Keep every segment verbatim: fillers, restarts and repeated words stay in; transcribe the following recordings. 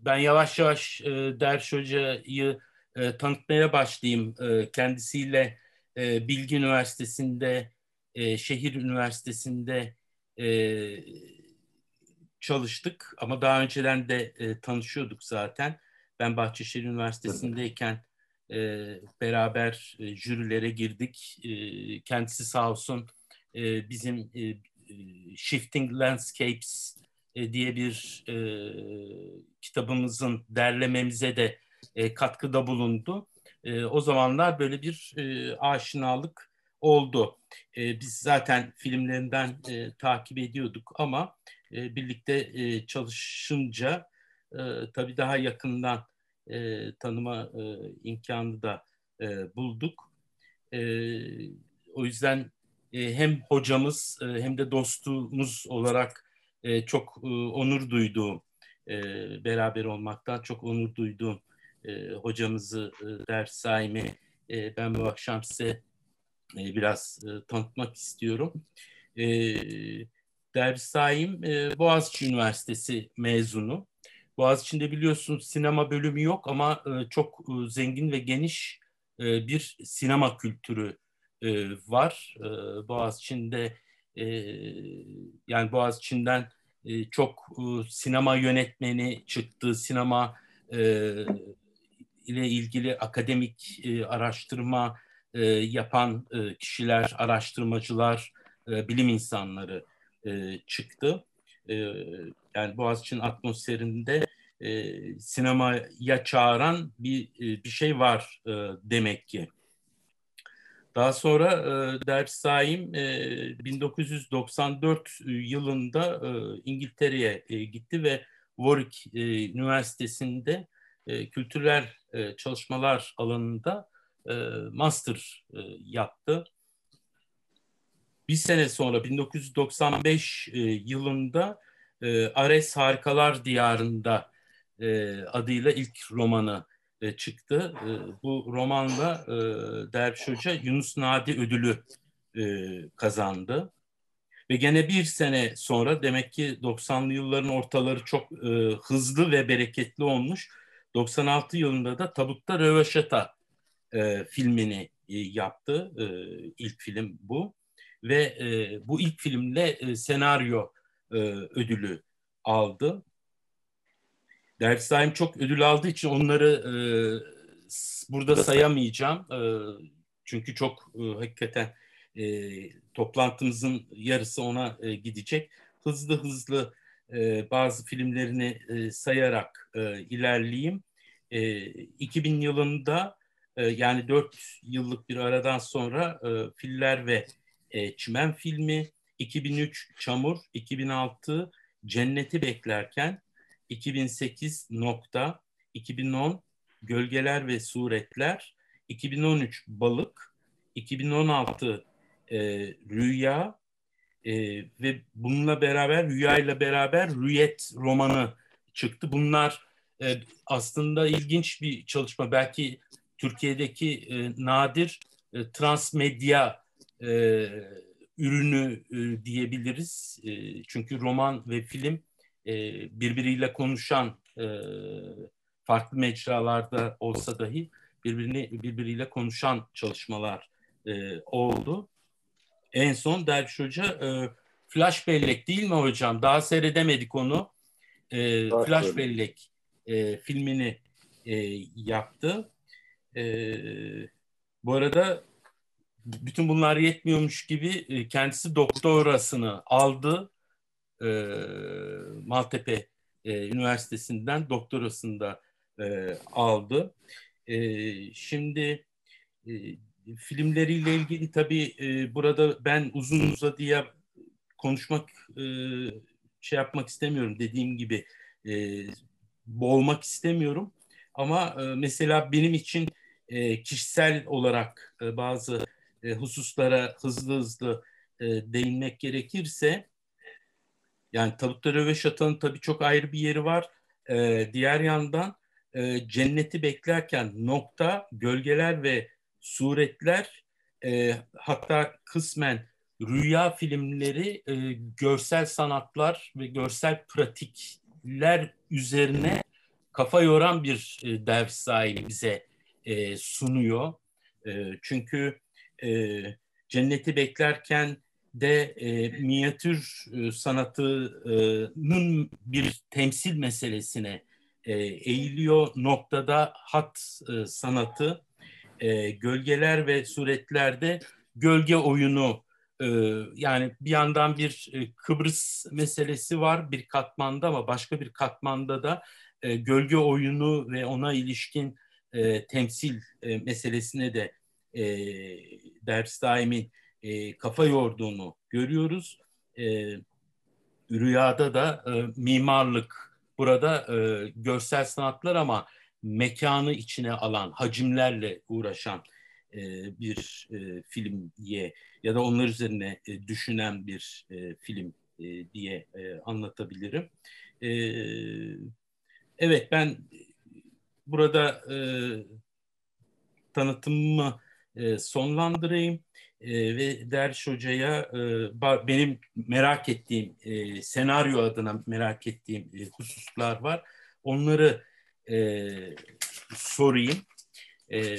ben yavaş yavaş e, Derviş Hoca'yı e, tanıtmaya başlayayım. E, kendisiyle e, Bilgi Üniversitesi'nde, e, Şehir Üniversitesi'nde e, çalıştık. Ama daha önceden de e, tanışıyorduk zaten. Ben Bahçeşehir Üniversitesi'ndeyken e, beraber e, jürilere girdik. E, kendisi sağ olsun e, bizim e, e, Shifting Landscapes e, diye bir e, kitabımızın derlememize de e, katkıda bulundu. E, o zamanlar böyle bir e, aşinalık oldu. E, biz zaten filmlerinden e, takip ediyorduk ama e, birlikte e, çalışınca e, tabii daha yakından e, tanıma e, imkanı da e, bulduk. E, O yüzden e, hem hocamız e, hem de dostumuz olarak e, çok e, onur duyduğum, e, beraber olmaktan çok onur duyduğum e, hocamızı, e, ders saimi e, ben bu akşam size e, biraz e, tanıtmak istiyorum. E, Derviş Saim e, Boğaziçi Üniversitesi mezunu. Boğaziçi'nde biliyorsunuz sinema bölümü yok ama e, çok e, zengin ve geniş e, bir sinema kültürü e, var. E, Boğaziçi'nde e, yani Boğaziçi'nden e, çok e, sinema yönetmeni çıktı, sinema e, ile ilgili akademik e, araştırma e, yapan e, kişiler, araştırmacılar, e, bilim insanları e, çıktı. E, Yani Boğaziçi'nin atmosferinde e, sinemaya çağıran bir e, bir şey var e, demek ki. Daha sonra e, Derviş Saim e, bin dokuz yüz doksan dört yılında e, İngiltere'ye e, gitti ve Warwick e, Üniversitesi'nde e, kültürel e, çalışmalar alanında e, master e, yaptı. Bir sene sonra bin dokuz yüz doksan beş e, yılında e, Ares Harikalar Diyarında e, adıyla ilk romanı e, çıktı. E, bu romanla e, Derviş Hoca Yunus Nadi ödülü e, kazandı. Ve gene bir sene sonra demek ki doksanlı yılların ortaları çok e, hızlı ve bereketli olmuş. doksan altı yılında da Tabutta Röveşata e, filmini e, yaptı. E, ilk film bu. Ve e, bu ilk filmle e, senaryo e, ödülü aldı. Derviş Saim çok ödül aldığı için onları e, burada sayamayacağım. E, çünkü çok e, hakikaten e, toplantımızın yarısı ona e, gidecek. Hızlı hızlı e, bazı filmlerini e, sayarak e, ilerleyeyim. E, iki bin yılında e, yani dört yıllık bir aradan sonra e, Filler ve e, Çimen filmi, iki bin üç Çamur, iki bin altı Cenneti Beklerken, iki bin sekiz Nokta, iki bin on Gölgeler ve Suretler, iki bin on üç Balık, iki bin on altı e, Rüya e, ve bununla beraber Rüya ile beraber Rüyet romanı çıktı. Bunlar e, aslında ilginç bir çalışma. Belki Türkiye'deki e, nadir e, transmedya e, ürünü e, diyebiliriz. E, çünkü roman ve film e, birbiriyle konuşan, e, farklı mecralarda olsa dahi birbirini birbiriyle konuşan çalışmalar e, oldu. En son Derviş Hoca e, Flash Bellek değil mi hocam? Daha seyredemedik onu. E, Flash Bellek e, filmini e, yaptı. E, Bu arada bütün bunlar yetmiyormuş gibi e, kendisi doktorasını aldı. E, Maltepe e, Üniversitesi'nden doktorasını da e, aldı. E, şimdi e, filmleriyle ilgili tabii e, burada ben uzun uzadıya konuşmak, e, şey yapmak istemiyorum. Dediğim gibi e, boğmak istemiyorum. Ama e, mesela benim için e, kişisel olarak e, bazı e, hususlara hızlı hızlı e, değinmek gerekirse, yani Tabutta Röveşata'nın tabii çok ayrı bir yeri var. E, diğer yandan e, Cenneti Beklerken, Nokta, Gölgeler ve Suretler, e, hatta kısmen Rüya filmleri e, görsel sanatlar ve görsel pratikler üzerine kafa yoran bir e, Der Stein bize e, sunuyor. E, çünkü e, Cenneti Beklerken de e, minyatür e, sanatının bir temsil meselesine e, eğiliyor. Noktada hat e, sanatı, e, gölgeler ve suretlerde gölge oyunu, e, yani bir yandan bir e, Kıbrıs meselesi var bir katmanda, ama başka bir katmanda da e, gölge oyunu ve ona ilişkin e, temsil e, meselesine de e, Der Steim'in e, kafa yorduğunu görüyoruz. E, Rüyada da e, mimarlık, burada e, görsel sanatlar ama mekanı içine alan, hacimlerle uğraşan e, bir e, film diye ya da onlar üzerine e, düşünen bir e, film e, diye e, anlatabilirim. E, evet, ben burada e, tanıtımımı e, sonlandırayım. E, ve Derviş Hoca'ya e, benim merak ettiğim, e, senaryo adına merak ettiğim e, hususlar var. Onları e, sorayım. E,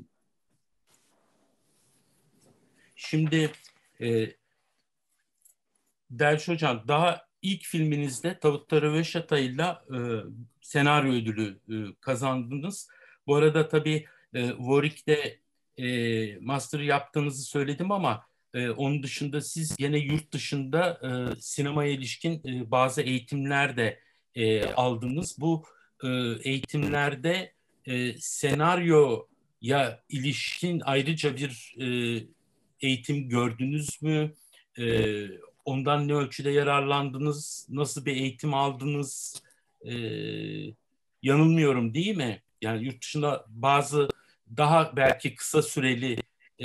şimdi e, Derviş Hocam, daha ilk filminizde Tavukları ve Şatay'la e, senaryo ödülü e, kazandınız. Bu arada tabii e, Warwick'te e, master yaptığınızı söyledim, ama e, onun dışında siz gene yurt dışında e, sinemaya ilişkin e, bazı eğitimler de e, aldınız. Bu e, eğitimlerde e, senaryoya ilişkin ayrıca bir e, eğitim gördünüz mü? E, Ondan ne ölçüde yararlandınız? Nasıl bir eğitim aldınız? E, Yanılmıyorum değil mi? Yani yurt dışında bazı daha belki kısa süreli e,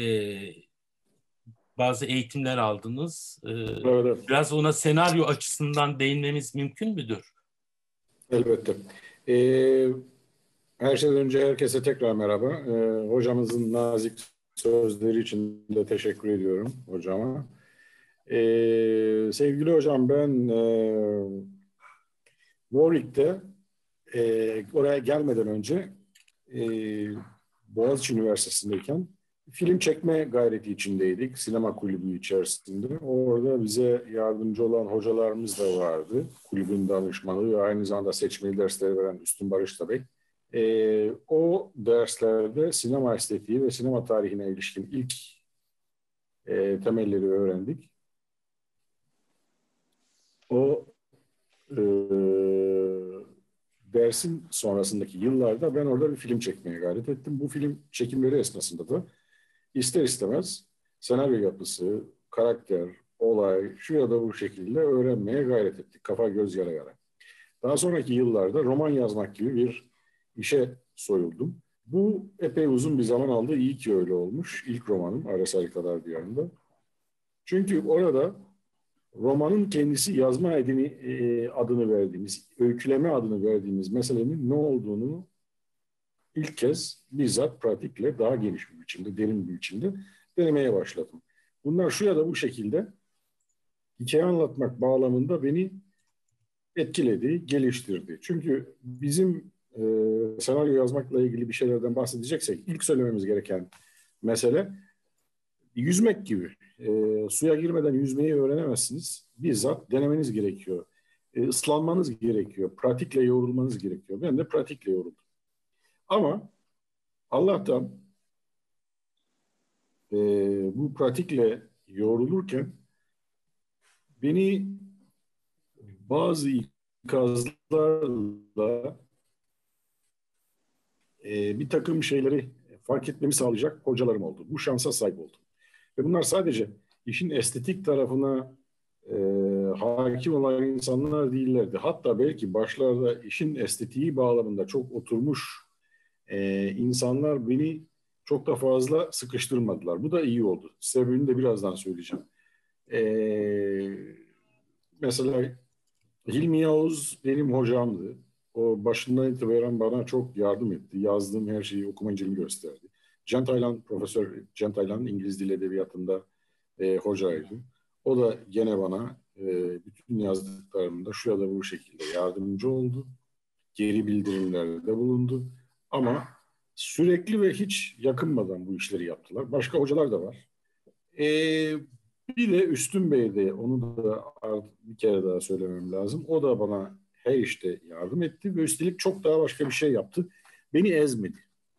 bazı eğitimler aldınız. E, Evet, evet. biraz ona senaryo açısından değinmemiz mümkün müdür? Elbette. Ee, her şeyden önce herkese tekrar merhaba. Ee, hocamızın nazik sözleri için de teşekkür ediyorum hocama. Ee, sevgili hocam, ben e, Warwick'te e, oraya gelmeden önce e, Boğaziçi Üniversitesi'ndeyken film çekme gayreti içindeydik. Sinema kulübü içerisinde. Orada bize yardımcı olan hocalarımız da vardı. Kulübün danışmanı ve aynı zamanda seçmeli dersleri veren Üstün Barış Tabek. E, o derslerde sinema estetiği ve sinema tarihine ilişkin ilk e, temelleri öğrendik. O e, dersin sonrasındaki yıllarda ben orada bir film çekmeye gayret ettim. Bu film çekimleri esnasında da ister istemez senaryo yapısı, karakter, olay şu ya da bu şekilde öğrenmeye gayret ettik. Kafa göz yara yara. Daha sonraki yıllarda roman yazmak gibi bir işe soyuldum. Bu epey uzun bir zaman aldı. İyi ki öyle olmuş. İlk romanım Ares Harikalar Diyarı'nda. Çünkü orada romanın kendisi yazma adını, e, adını verdiğimiz, öyküleme adını verdiğimiz meselenin ne olduğunu ilk kez bizzat pratikle daha geniş bir biçimde, derin bir biçimde denemeye başladım. Bunlar şu ya da bu şekilde hikaye anlatmak bağlamında beni etkiledi, geliştirdi. Çünkü bizim e, senaryo yazmakla ilgili bir şeylerden bahsedeceksek ilk söylememiz gereken mesele yüzmek gibi. E, suya girmeden yüzmeyi öğrenemezsiniz. Bizzat denemeniz gerekiyor. E, ıslanmanız gerekiyor. Pratikle yoğrulmanız gerekiyor. Ben de pratikle yoğruldum. Ama Allah'tan e, bu pratikle yoğrulurken beni bazı ikazlarla e, bir takım şeyleri fark etmemi sağlayacak hocalarım oldu. Bu şansa sahip oldum. Ve bunlar sadece işin estetik tarafına e, hakim olan insanlar değillerdi. Hatta belki başlarda işin estetiği bağlamında çok oturmuş e, insanlar beni çok da fazla sıkıştırmadılar. Bu da iyi oldu. Sebebini de birazdan söyleyeceğim. E, mesela Hilmi Yavuz benim hocamdı. O başından itibaren bana çok yardım etti. Yazdığım her şeyi okuma inceliğimi gösterdi. Can Taylan, Profesör Can Taylan İngiliz Dil Edebiyatı'nda e, hocaydı. O da gene bana e, bütün yazdıklarımda şu ya da bu şekilde yardımcı oldu. geri bildirimlerde bulundu. Ama sürekli ve hiç yakınmadan bu işleri yaptılar. Başka hocalar da var. Ee, bir de Üstün Bey de, onu da bir kere daha söylemem lazım. O da bana her işte yardım etti ve üstelik çok daha başka bir şey yaptı. Beni ezmedi.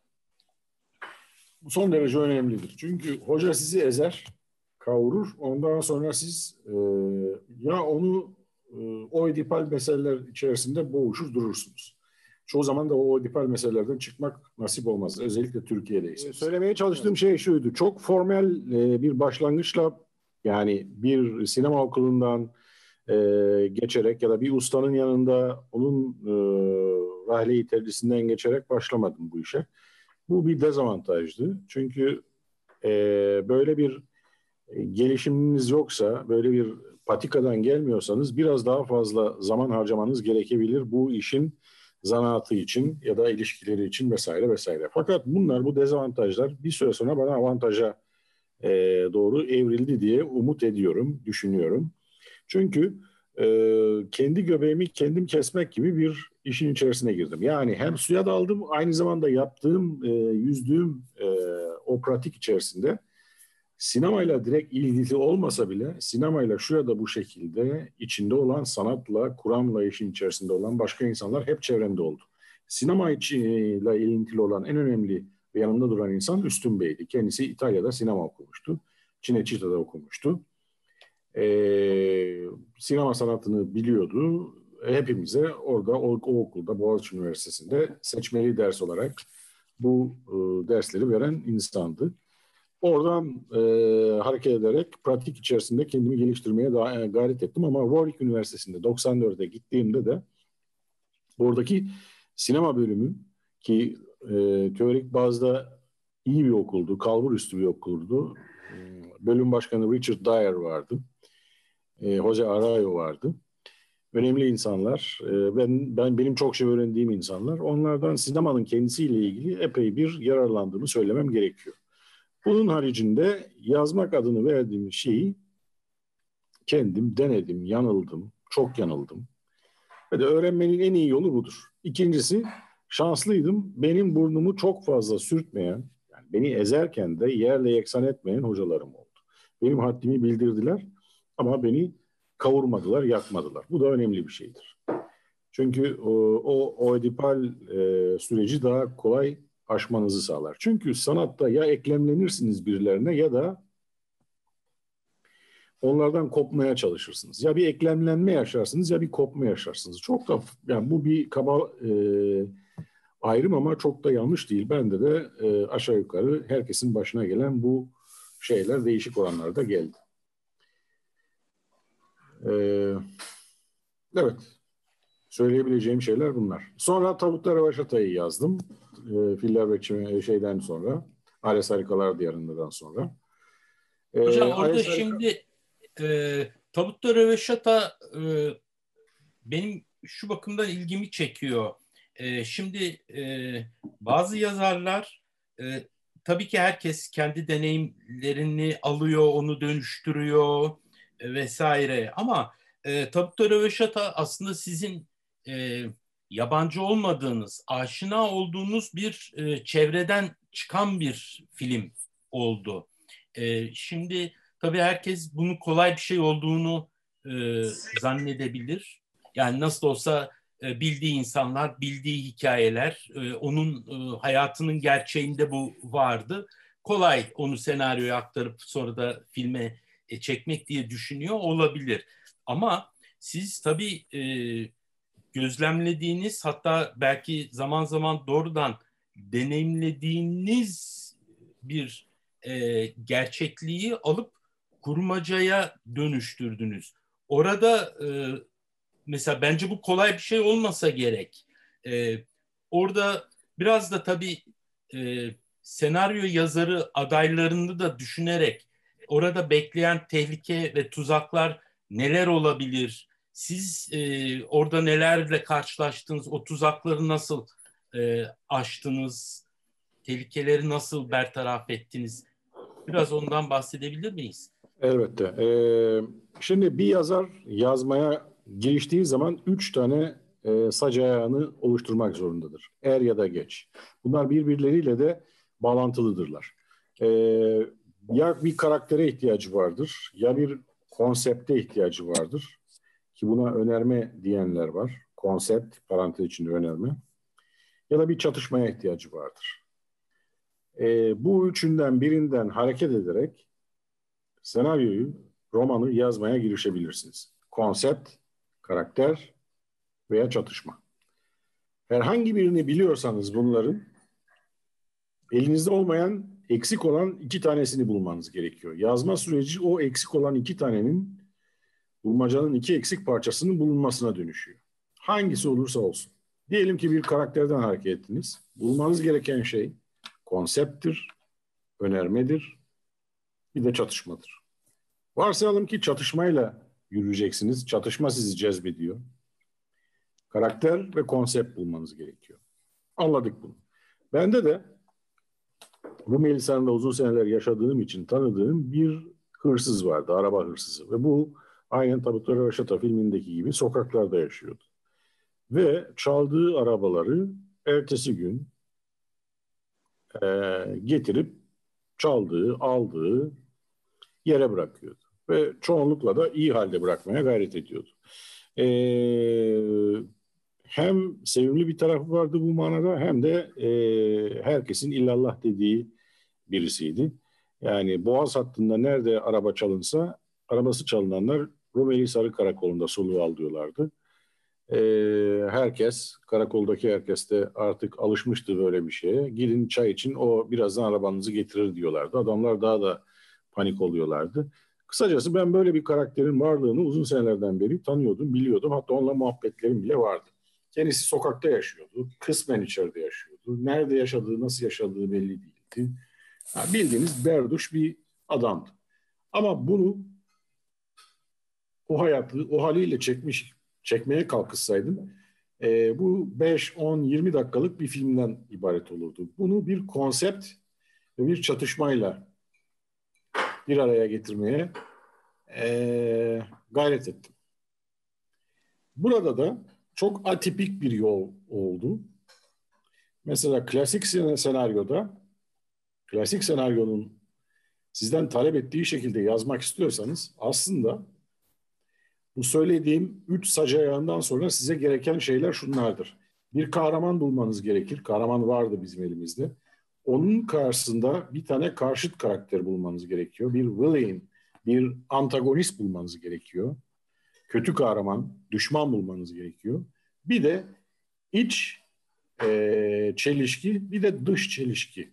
Bu son derece önemlidir. Çünkü hoca sizi ezer, kavurur. Ondan sonra siz e, ya onu e, o edipal meseleler içerisinde boğuşur durursunuz. Çoğu zaman da o edipal meselelerden çıkmak nasip olmaz. Özellikle Türkiye'deyseniz. Söylemeye çalıştığım şey şuydu. Çok formel e, bir başlangıçla, yani bir sinema okulundan e, geçerek ya da bir ustanın yanında onun e, rahle-i tedrisinden geçerek başlamadım bu işe. Bu bir dezavantajdı. Çünkü e, böyle bir e, gelişiminiz yoksa, böyle bir patikadan gelmiyorsanız biraz daha fazla zaman harcamanız gerekebilir bu işin zanaatı için ya da ilişkileri için vesaire vesaire. Fakat bunlar, bu dezavantajlar bir süre sonra bana avantaja e, doğru evrildi diye umut ediyorum, düşünüyorum. Çünkü e, kendi göbeğimi kendim kesmek gibi bir işin içerisine girdim. Yani hem suya daldım, aynı zamanda yaptığım, e, yüzdüğüm e, o pratik içerisinde sinemayla direkt ilgili olmasa bile sinemayla şu ya da bu şekilde içinde olan, sanatla, kuramla işin içerisinde olan başka insanlar hep çevremde oldu. Sinema ile ilintili olan en önemli ve yanında duran insan Üstün Bey'di. Kendisi İtalya'da sinema okumuştu. Cinecitta'da okumuştu. Ee, sinema sanatını biliyordu. Hepimize orada, o, o okulda, Boğaziçi Üniversitesi'nde seçmeli ders olarak bu e, dersleri veren insandı. Oradan e, hareket ederek pratik içerisinde kendimi geliştirmeye daha, e, gayret ettim. Ama Warwick Üniversitesi'nde doksan dörde gittiğimde de oradaki sinema bölümü, ki e, teorik bazda iyi bir okuldu, kalbur üstü bir okuldu. E, bölüm başkanı Richard Dyer vardı. E, Jose Arroyo vardı. Önemli insanlar. E, ben, ben benim çok şey öğrendiğim insanlar. Onlardan sinemanın kendisiyle ilgili epey bir yararlandığımı söylemem gerekiyor. Bunun haricinde yazmak adını verdiğim şeyi kendim denedim, yanıldım, çok yanıldım. Ve de öğrenmenin en iyi yolu budur. İkincisi, şanslıydım. Benim burnumu çok fazla sürtmeyen, yani beni ezerken de yerle yeksan etmeyen hocalarım oldu. Benim haddimi bildirdiler ama beni kavurmadılar, yakmadılar. Bu da önemli bir şeydir. Çünkü o, o, o edipal e, süreci daha kolay aşmanızı sağlar. Çünkü sanatta ya eklemlenirsiniz birilerine ya da onlardan kopmaya çalışırsınız. Ya bir eklemlenme yaşarsınız ya bir kopma yaşarsınız. Çok da, yani bu bir kaba e, ayrım ama çok da yanlış değil. Bende de e, aşağı yukarı herkesin başına gelen bu şeyler değişik oranlarda geldi. E, evet. Söyleyebileceğim şeyler bunlar. Sonra Tabutlar Rövaşata'yı yazdım. E, Filler ve şeyden sonra. Ares Harikalar Diyarı'ndan sonra. Hocam e, orada Ares şimdi e, Tabutta Röveşata e, benim şu bakımdan ilgimi çekiyor. E, şimdi e, bazı yazarlar e, tabii ki herkes kendi deneyimlerini alıyor, onu dönüştürüyor e, vesaire. Ama e, Tabutta Röveşata aslında sizin e, yabancı olmadığınız, aşina olduğunuz bir e, çevreden çıkan bir film oldu. E, şimdi tabii herkes bunun kolay bir şey olduğunu e, zannedebilir. Yani nasıl olsa e, bildiği insanlar, bildiği hikayeler, e, onun e, hayatının gerçeğinde bu vardı. Kolay onu senaryoya aktarıp sonra da filme e, çekmek diye düşünüyor olabilir. Ama siz tabii e, gözlemlediğiniz, hatta belki zaman zaman doğrudan deneyimlediğiniz bir e, gerçekliği alıp kurmacaya dönüştürdünüz. Orada e, mesela bence bu kolay bir şey olmasa gerek. E, orada biraz da tabii e, senaryo yazarı adaylarını da düşünerek orada bekleyen tehlike ve tuzaklar neler olabilir? Siz e, orada nelerle karşılaştınız? O tuzakları nasıl e, aştınız? Tehlikeleri nasıl bertaraf ettiniz? Biraz ondan bahsedebilir miyiz? Elbette. Ee, şimdi bir yazar yazmaya giriştiği zaman üç tane e, sac ayağını oluşturmak zorundadır. Er ya da geç. Bunlar birbirleriyle de bağlantılıdırlar. E, ya bir karaktere ihtiyacı vardır, ya bir konsepte ihtiyacı vardır. Ki buna önerme diyenler var. Konsept, parantez içinde önerme. Ya da bir çatışmaya ihtiyacı vardır. E, bu üçünden birinden hareket ederek senaryoyu, romanı yazmaya girişebilirsiniz. Konsept, karakter veya çatışma. Herhangi birini biliyorsanız bunların, elinizde olmayan, eksik olan iki tanesini bulmanız gerekiyor. Yazma süreci o eksik olan iki tanenin, bulmacanın iki eksik parçasının bulunmasına dönüşüyor. Hangisi olursa olsun. Diyelim ki bir karakterden hareket ettiniz. Bulmanız gereken şey konsepttir, önermedir, bir de çatışmadır. Varsayalım ki çatışmayla yürüyeceksiniz. Çatışma sizi cezbediyor. Karakter ve konsept bulmanız gerekiyor. Anladık bunu. Bende de Rumeli Hisarı'nda uzun seneler yaşadığım için tanıdığım bir hırsız vardı. Araba hırsızı. Ve bu aynen Tabutta Röveşata filmindeki gibi sokaklarda yaşıyordu. Ve çaldığı arabaları ertesi gün e, getirip çaldığı, aldığı yere bırakıyordu. Ve çoğunlukla da iyi halde bırakmaya gayret ediyordu. Ee, hem sevimli bir tarafı vardı bu manada, hem de e, herkesin illallah dediği birisiydi. Yani Boğaz hattında nerede araba çalınsa, arabası çalınanlar Rumeli Hisarı Karakolu'nda soluğu alıyorlardı. Ee, herkes, karakoldaki herkes de artık alışmıştı böyle bir şeye. Gidin çay için, o birazdan arabanızı getirir diyorlardı. Adamlar daha da panik oluyorlardı. Kısacası ben böyle bir karakterin varlığını uzun senelerden beri tanıyordum, biliyordum. Hatta onunla muhabbetlerim bile vardı. Kendisi sokakta yaşıyordu, kısmen içeride yaşıyordu. Nerede yaşadığı, nasıl yaşadığı belli değildi. Ha, bildiğiniz berduş bir adamdı. Ama bunu, o hayatı o haliyle çekmiş, çekmeye kalkışsaydım e, bu beş, on, yirmi dakikalık bir filmden ibaret olurdu. Bunu bir konsept ve bir çatışmayla bir araya getirmeye e, gayret ettim. Burada da çok atipik bir yol oldu. Mesela klasik senaryoda, klasik senaryonun sizden talep ettiği şekilde yazmak istiyorsanız, aslında bu söylediğim üç sac ayağından sonra size gereken şeyler şunlardır. Bir kahraman bulmanız gerekir. Kahraman vardı bizim elimizde. Onun karşısında bir tane karşıt karakter bulmanız gerekiyor. Bir villain, bir antagonist bulmanız gerekiyor. Kötü kahraman, düşman bulmanız gerekiyor. Bir de iç e, çelişki, bir de dış çelişki.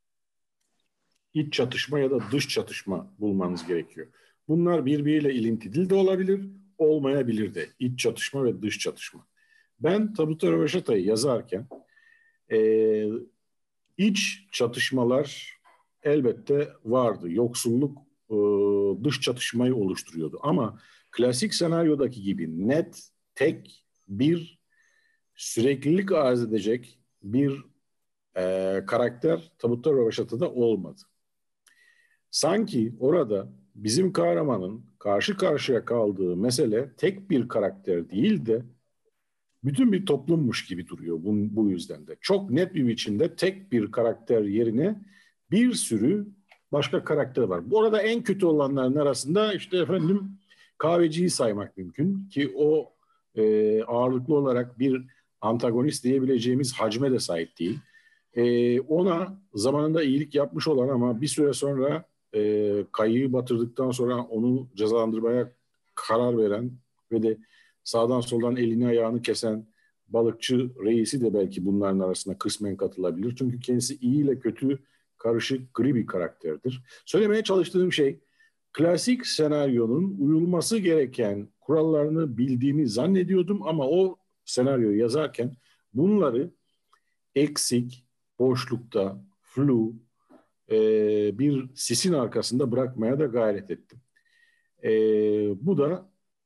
İç çatışma ya da dış çatışma bulmanız gerekiyor. Bunlar birbiriyle ilintili de olabilir, olmayabilir de. İç çatışma ve dış çatışma. Ben Tabutta Röveşata'yı yazarken e, iç çatışmalar elbette vardı. Yoksulluk e, dış çatışmayı oluşturuyordu. Ama klasik senaryodaki gibi net, tek bir süreklilik arz edecek bir e, karakter Tabutta Röveşata'da olmadı. Sanki orada bizim kahramanın karşı karşıya kaldığı mesele tek bir karakter değil de bütün bir toplummuş gibi duruyor bu, bu yüzden de. Çok net bir biçimde tek bir karakter yerine bir sürü başka karakter var. Bu arada en kötü olanların arasında işte efendim kahveciyi saymak mümkün ki o e, ağırlıklı olarak bir antagonist diyebileceğimiz hacme de sahip değil. E, ona zamanında iyilik yapmış olan ama bir süre sonra e, kayığı batırdıktan sonra onu cezalandırmaya karar veren ve de sağdan soldan elini ayağını kesen balıkçı reisi de belki bunların arasına kısmen katılabilir. Çünkü kendisi iyi ile kötü karışık gri bir karakterdir. Söylemeye çalıştığım şey, klasik senaryonun uyulması gereken kurallarını bildiğimi zannediyordum ama o senaryoyu yazarken bunları eksik, boşlukta, flu, e, bir sisin arkasında bırakmaya da gayret ettim. E, bu da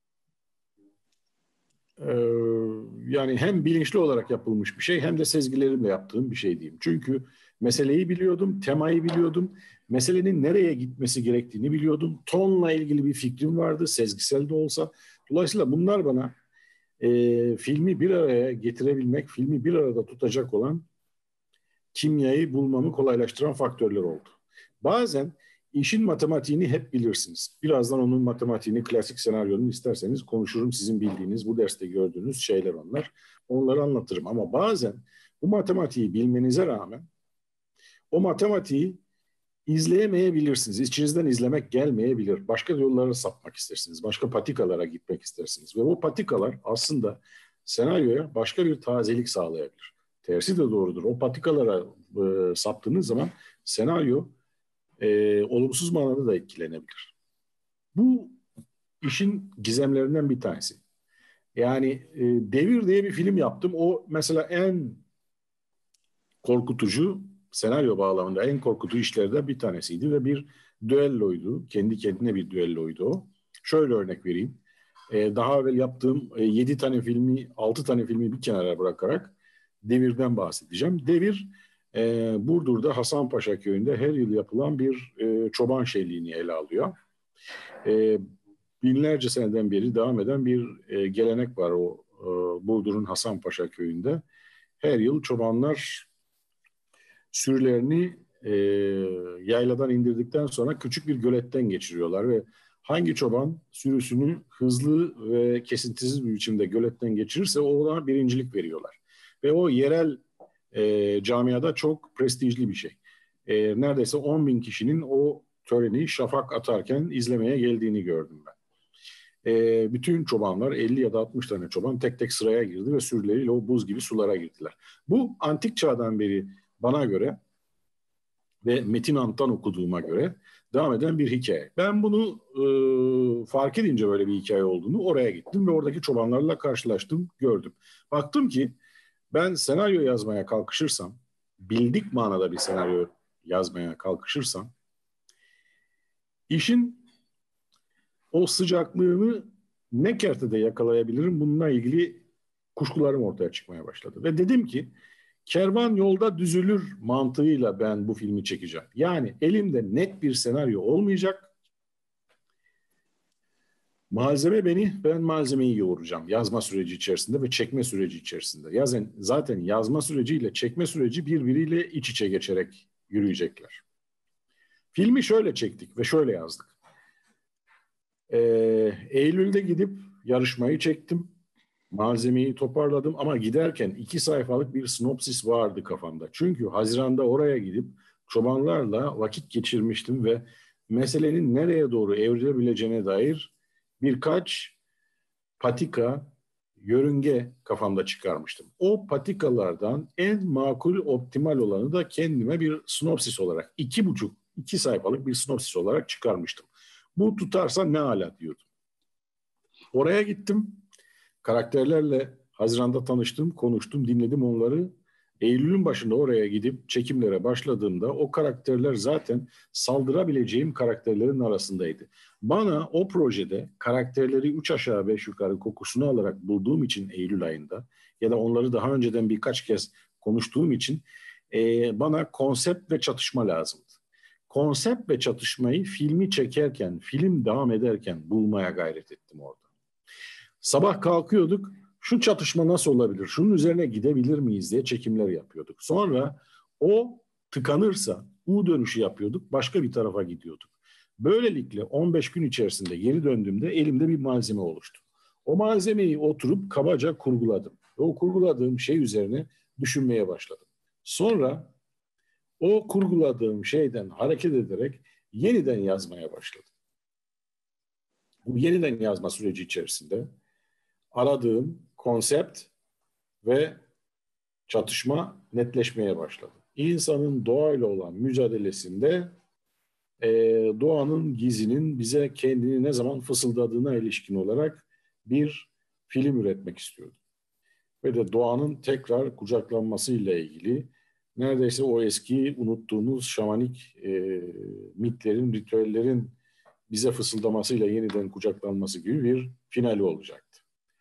e, yani hem bilinçli olarak yapılmış bir şey hem de sezgilerimle yaptığım bir şey diyeyim. Çünkü meseleyi biliyordum, temayı biliyordum, meselenin nereye gitmesi gerektiğini biliyordum. Tonla ilgili bir fikrim vardı, sezgisel de olsa. Dolayısıyla bunlar bana e, filmi bir araya getirebilmek, filmi bir arada tutacak olan kimyayı bulmamı kolaylaştıran faktörler oldu. Bazen işin matematiğini hep bilirsiniz. Birazdan onun matematiğini, klasik senaryonun isterseniz konuşurum. Sizin bildiğiniz, bu derste gördüğünüz şeyler onlar. Onları anlatırım. Ama bazen bu matematiği bilmenize rağmen o matematiği izleyemeyebilirsiniz. İçinizden izlemek gelmeyebilir. Başka yollara sapmak istersiniz. Başka patikalara gitmek istersiniz. Ve o patikalar aslında senaryoya başka bir tazelik sağlayabilir. Tersi de doğrudur. O patikalara e, saptığınız zaman senaryo e, olumsuz manada da etkilenebilir. Bu işin gizemlerinden bir tanesi. Yani e, Devir diye bir film yaptım. O mesela en korkutucu, senaryo bağlamında en korkutucu işlerden bir tanesiydi ve bir düelloydu. Kendi kendine bir düelloydu o. Şöyle örnek vereyim. Ee, daha evvel yaptığım e, yedi tane filmi, altı tane filmi bir kenara bırakarak Devir'den bahsedeceğim. Devir, e, Burdur'da Hasanpaşa köyünde her yıl yapılan bir e, çoban şenliğini ele alıyor. E, binlerce seneden beri devam eden bir e, gelenek var o e, Burdur'un Hasanpaşa köyünde. Her yıl çobanlar sürülerini e, yayladan indirdikten sonra küçük bir göletten geçiriyorlar ve hangi çoban sürüsünü hızlı ve kesintisiz bir biçimde göletten geçirirse ona birincilik veriyorlar. Ve o yerel e, camiada çok prestijli bir şey. E, neredeyse on bin kişinin o töreni şafak atarken izlemeye geldiğini gördüm ben. E, bütün çobanlar, elli ya da altmış tane çoban tek tek sıraya girdi ve sürüleriyle o buz gibi sulara girdiler. Bu antik çağdan beri bana göre ve Metin Ant'tan okuduğuma göre devam eden bir hikaye. Ben bunu e, fark edince böyle bir hikaye olduğunu oraya gittim ve oradaki çobanlarla karşılaştım, gördüm. Baktım ki ben senaryo yazmaya kalkışırsam, bildik manada bir senaryo yazmaya kalkışırsam, işin o sıcaklığını ne kertede yakalayabilirim bununla ilgili kuşkularım ortaya çıkmaya başladı. Ve dedim ki kervan yolda düzülür mantığıyla ben bu filmi çekeceğim. Yani elimde net bir senaryo olmayacak. Malzeme beni, ben malzemeyi yoğuracağım yazma süreci içerisinde ve çekme süreci içerisinde. Yani zaten yazma süreciyle çekme süreci birbiriyle iç içe geçerek yürüyecekler. Filmi şöyle çektik ve şöyle yazdık. Ee, Eylül'de gidip yarışmayı çektim. Malzemeyi toparladım ama giderken iki sayfalık bir sinopsis vardı kafamda. Çünkü Haziran'da oraya gidip çobanlarla vakit geçirmiştim ve meselenin nereye doğru evrilebileceğine dair birkaç patika, yörünge kafamda çıkarmıştım. O patikalardan en makul, optimal olanı da kendime bir sinopsis olarak, iki buçuk, iki sayfalık bir sinopsis olarak çıkarmıştım. Bu tutarsa ne ala diyordum. Oraya gittim. Karakterlerle Haziran'da tanıştım, konuştum, dinledim onları. Eylül'ün başında oraya gidip çekimlere başladığımda o karakterler zaten saldırabileceğim karakterlerin arasındaydı. Bana o projede karakterleri üç aşağı beş yukarı kokusunu alarak bulduğum için Eylül ayında ya da onları daha önceden birkaç kez konuştuğum için e, bana konsept ve çatışma lazımdı. Konsept ve çatışmayı filmi çekerken, film devam ederken bulmaya gayret ettim orada. Sabah kalkıyorduk, şu çatışma nasıl olabilir, şunun üzerine gidebilir miyiz diye çekimler yapıyorduk. Sonra o tıkanırsa U dönüşü yapıyorduk, başka bir tarafa gidiyorduk. Böylelikle on beş gün içerisinde geri döndüğümde elimde bir malzeme oluştu. O malzemeyi oturup kabaca kurguladım. Ve o kurguladığım şey üzerine düşünmeye başladım. Sonra o kurguladığım şeyden hareket ederek yeniden yazmaya başladım. Bu yeniden yazma süreci içerisinde aradığım konsept ve çatışma netleşmeye başladı. İnsanın doğayla olan mücadelesinde e, doğanın gizinin bize kendini ne zaman fısıldadığına ilişkin olarak bir film üretmek istiyordum. Ve de doğanın tekrar kucaklanmasıyla ilgili neredeyse o eski unuttuğumuz şamanik e, mitlerin, ritüellerin bize fısıldamasıyla yeniden kucaklanması gibi bir finali olacaktı.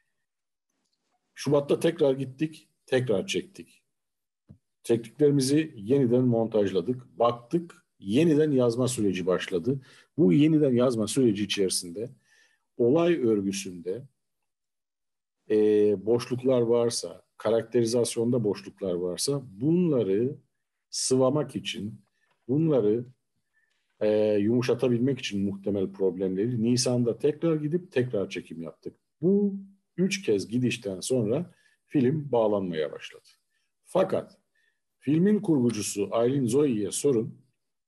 Şubat'ta tekrar gittik, tekrar çektik. Çektiklerimizi yeniden montajladık, baktık, yeniden yazma süreci başladı. Bu yeniden yazma süreci içerisinde olay örgüsünde e, boşluklar varsa, karakterizasyonda boşluklar varsa bunları sıvamak için, bunları e, yumuşatabilmek için muhtemel problemleri Nisan'da tekrar gidip tekrar çekim yaptık. Bu üç kez gidişten sonra film bağlanmaya başladı. Fakat filmin kurgucusu Aylin Zoi'ye sorun,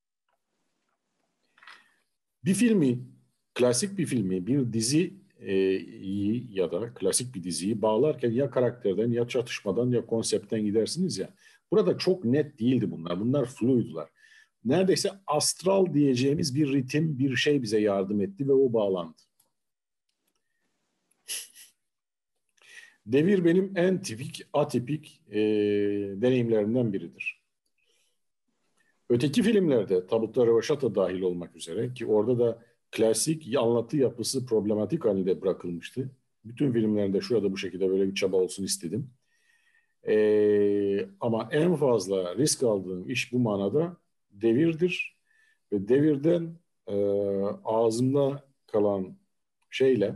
bir filmi, klasik bir filmi, bir diziyi ya da klasik bir diziyi bağlarken ya karakterden, ya çatışmadan, ya konseptten gidersiniz ya. Burada çok net değildi bunlar. Bunlar fluidlar. Neredeyse astral diyeceğimiz bir ritim, bir şey bize yardım etti ve o bağlandı. Devir benim en tipik, atipik e, deneyimlerimden biridir. Öteki filmlerde Tabutlar Rövaşata dahil olmak üzere ki orada da klasik anlatı yapısı problematik halinde bırakılmıştı. Bütün filmlerinde şurada bu şekilde böyle bir çaba olsun istedim. Ee, ama en fazla risk aldığım iş bu manada Devir'dir. Ve Devir'den e, ağzımda kalan şeyle,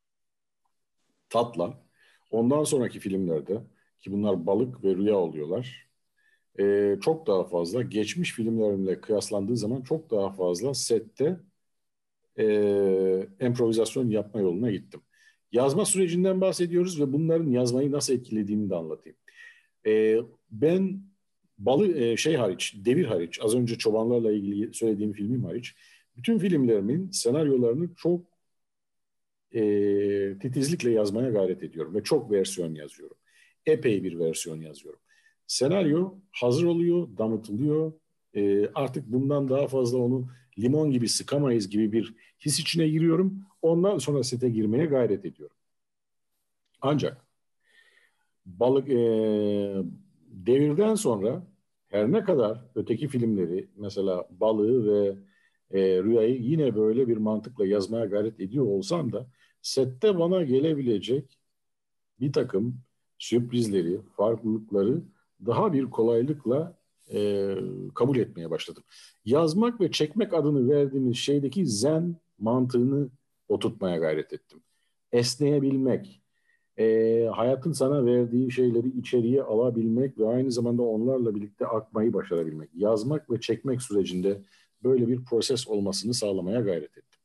tatla, ondan sonraki filmlerde ki bunlar Balık ve Rüya oluyorlar. Ee, çok daha fazla geçmiş filmlerimle kıyaslandığı zaman çok daha fazla sette e, improvizasyon yapma yoluna gittim. Yazma sürecinden bahsediyoruz ve bunların yazmayı nasıl etkilediğini de anlatayım. Ee, ben balı e, şey hariç, Devir hariç, az önce çobanlarla ilgili söylediğim filmim hariç, bütün filmlerimin senaryolarını çok e, titizlikle yazmaya gayret ediyorum ve çok versiyon yazıyorum. Epey bir versiyon yazıyorum. Senaryo hazır oluyor, damıtılıyor. E, artık bundan daha fazla onu limon gibi sıkamayız gibi bir his içine giriyorum. Ondan sonra sete girmeye gayret ediyorum. Ancak balık e, devirden sonra her ne kadar öteki filmleri mesela Balığı ve e, Rüyayı yine böyle bir mantıkla yazmaya gayret ediyor olsam da sette bana gelebilecek bir takım sürprizleri, farklılıkları daha bir kolaylıkla e, kabul etmeye başladım. Yazmak ve çekmek adını verdiğimiz şeydeki zen mantığını oturtmaya gayret ettim. Esneyebilmek, e, hayatın sana verdiği şeyleri içeriye alabilmek ve aynı zamanda onlarla birlikte akmayı başarabilmek. Yazmak ve çekmek sürecinde böyle bir proses olmasını sağlamaya gayret ettim.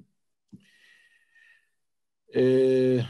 E,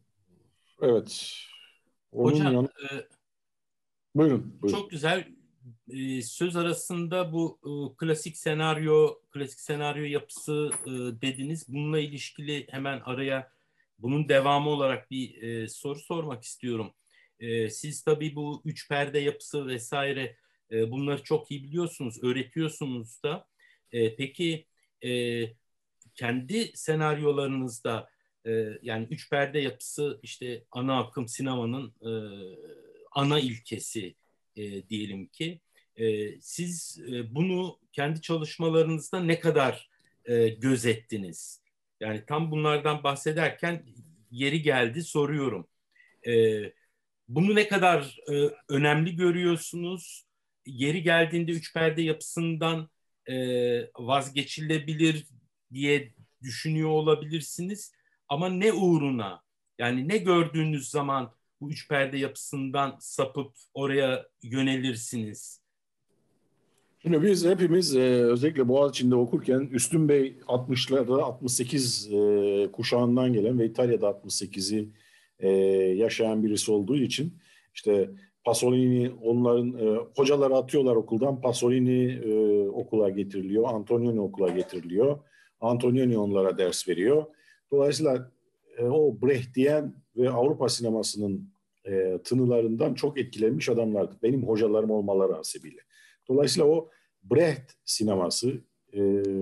evet. Onun Hocam yanı... e, Buyurun, buyurun. çok güzel. E, söz arasında bu e, klasik senaryo, klasik senaryo yapısı e, dediniz. Bununla ilişkili hemen araya bunun devamı olarak bir e, soru sormak istiyorum. E, siz tabii bu üç perde yapısı vesaire e, bunları çok iyi biliyorsunuz, öğretiyorsunuz da. E, peki e, kendi senaryolarınızda e, yani üç perde yapısı işte ana akım sinemanın e, ana ilkesi e, diyelim ki. E, siz e, bunu kendi çalışmalarınızda ne kadar e, gözettiniz? Yani tam bunlardan bahsederken yeri geldi soruyorum. E, Bunu ne kadar e, önemli görüyorsunuz? Yeri geldiğinde üç perde yapısından e, vazgeçilebilir diye düşünüyor olabilirsiniz. Ama ne uğruna? Yani ne gördüğünüz zaman bu üç perde yapısından sapıp oraya yönelirsiniz? Şimdi biz hepimiz e, özellikle Boğaziçi'nde okurken Üstün Bey altmışlarda altmış sekiz e, kuşağından gelen ve İtalya'da altmış sekizi e, yaşayan birisi olduğu için işte Pasolini onların e, hocaları atıyorlar okuldan. Pasolini e, okula getiriliyor. Antonioni okula getiriliyor. Antonioni onlara ders veriyor. Dolayısıyla e, o Brechtien ve Avrupa sinemasının e, tınılarından çok etkilenmiş adamlardı. Benim hocalarım olmaları hasebiyle. Dolayısıyla o Brecht sineması e,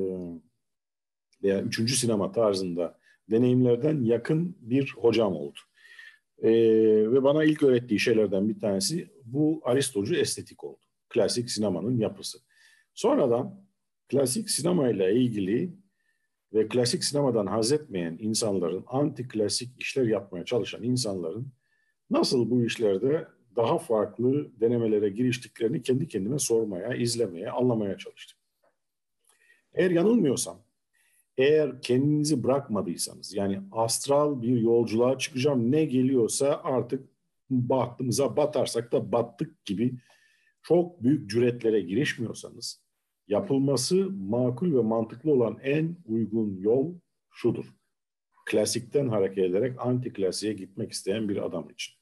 veya üçüncü sinema tarzında deneyimlerden yakın bir hocam oldu. E, ve bana ilk öğrettiği şeylerden bir tanesi bu Aristocu estetik oldu. Klasik sinemanın yapısı. Sonradan klasik sinemayla ilgili ve klasik sinemadan haz etmeyen insanların, anti klasik işler yapmaya çalışan insanların nasıl bu işlerde daha farklı denemelere giriştiklerini kendi kendime sormaya, izlemeye, anlamaya çalıştım. Eğer yanılmıyorsam eğer kendinizi bırakmadıysanız, yani astral bir yolculuğa çıkacağım, ne geliyorsa artık bahtımıza batarsak da battık gibi çok büyük cüretlere girişmiyorsanız, yapılması makul ve mantıklı olan en uygun yol şudur: klasikten hareket ederek anti klasiğe gitmek isteyen bir adam için.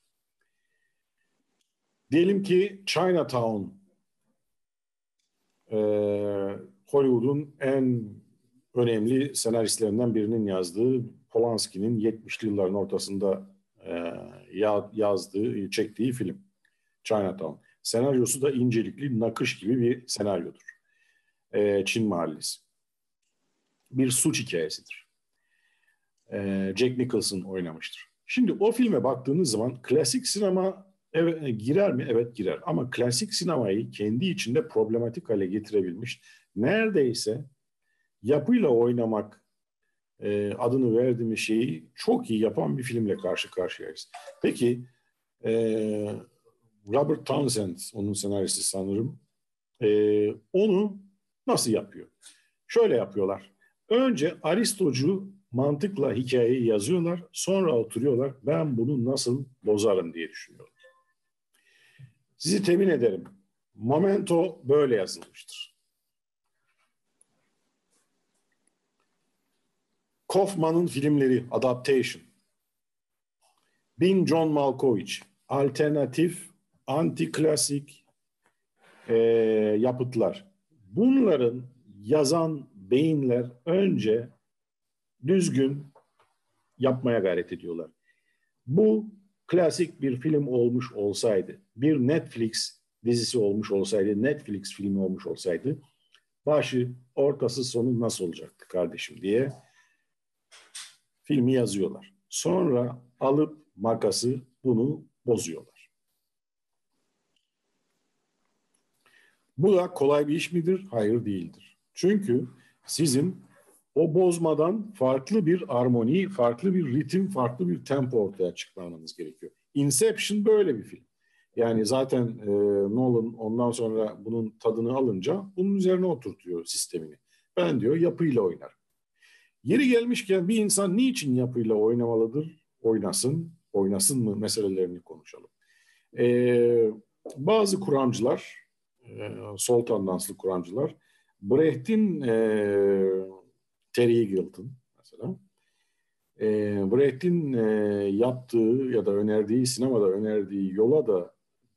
Diyelim ki Chinatown, e, Hollywood'un en önemli senaristlerinden birinin yazdığı, Polanski'nin yetmişli yılların ortasında e, yazdığı, çektiği film Chinatown. Senaryosu da incelikli, nakış gibi bir senaryodur. E, Çin Mahallesi. Bir suç hikayesidir. E, Jack Nicholson oynamıştır. Şimdi o filme baktığınız zaman klasik sinema evet, girer mi? Evet girer. Ama klasik sinemayı kendi içinde problematik hale getirebilmiş, neredeyse yapıyla oynamak e, adını verdiğimiz şeyi çok iyi yapan bir filmle karşı karşıyayız. Peki e, Robert Townsend, onun senaristi sanırım, e, onu nasıl yapıyor? Şöyle yapıyorlar. Önce Aristocu mantıkla hikayeyi yazıyorlar, sonra oturuyorlar, ben bunu nasıl bozarım diye düşünüyorlar. Sizi temin ederim, Memento böyle yazılmıştır. Kaufman'ın filmleri, Adaptation, Bin John Malkovich, alternatif, antiklasik e, yapıtlar. Bunların yazan beyinler önce düzgün yapmaya gayret ediyorlar. Bu klasik bir film olmuş olsaydı, bir Netflix dizisi olmuş olsaydı, Netflix filmi olmuş olsaydı, başı, ortası, sonu nasıl olacaktı kardeşim diye filmi yazıyorlar. Sonra alıp makası bunu bozuyorlar. Bu da kolay bir iş midir? Hayır, değildir. Çünkü sizin o bozmadan farklı bir armoni, farklı bir ritim, farklı bir tempo ortaya çıkarmanız gerekiyor. Inception böyle bir film. Yani zaten e, Nolan ondan sonra bunun tadını alınca bunun üzerine oturtuyor sistemini. Ben diyor yapıyla oynarım. Yeri gelmişken bir insan niçin yapıyla oynamalıdır? Oynasın, oynasın mı meselelerini konuşalım. Ee, bazı kuramcılar, e, sol tandanslı kuramcılar, Brecht'in, e, Terry Eagleton mesela, e, Brecht'in e, yaptığı ya da önerdiği, sinemada önerdiği yola da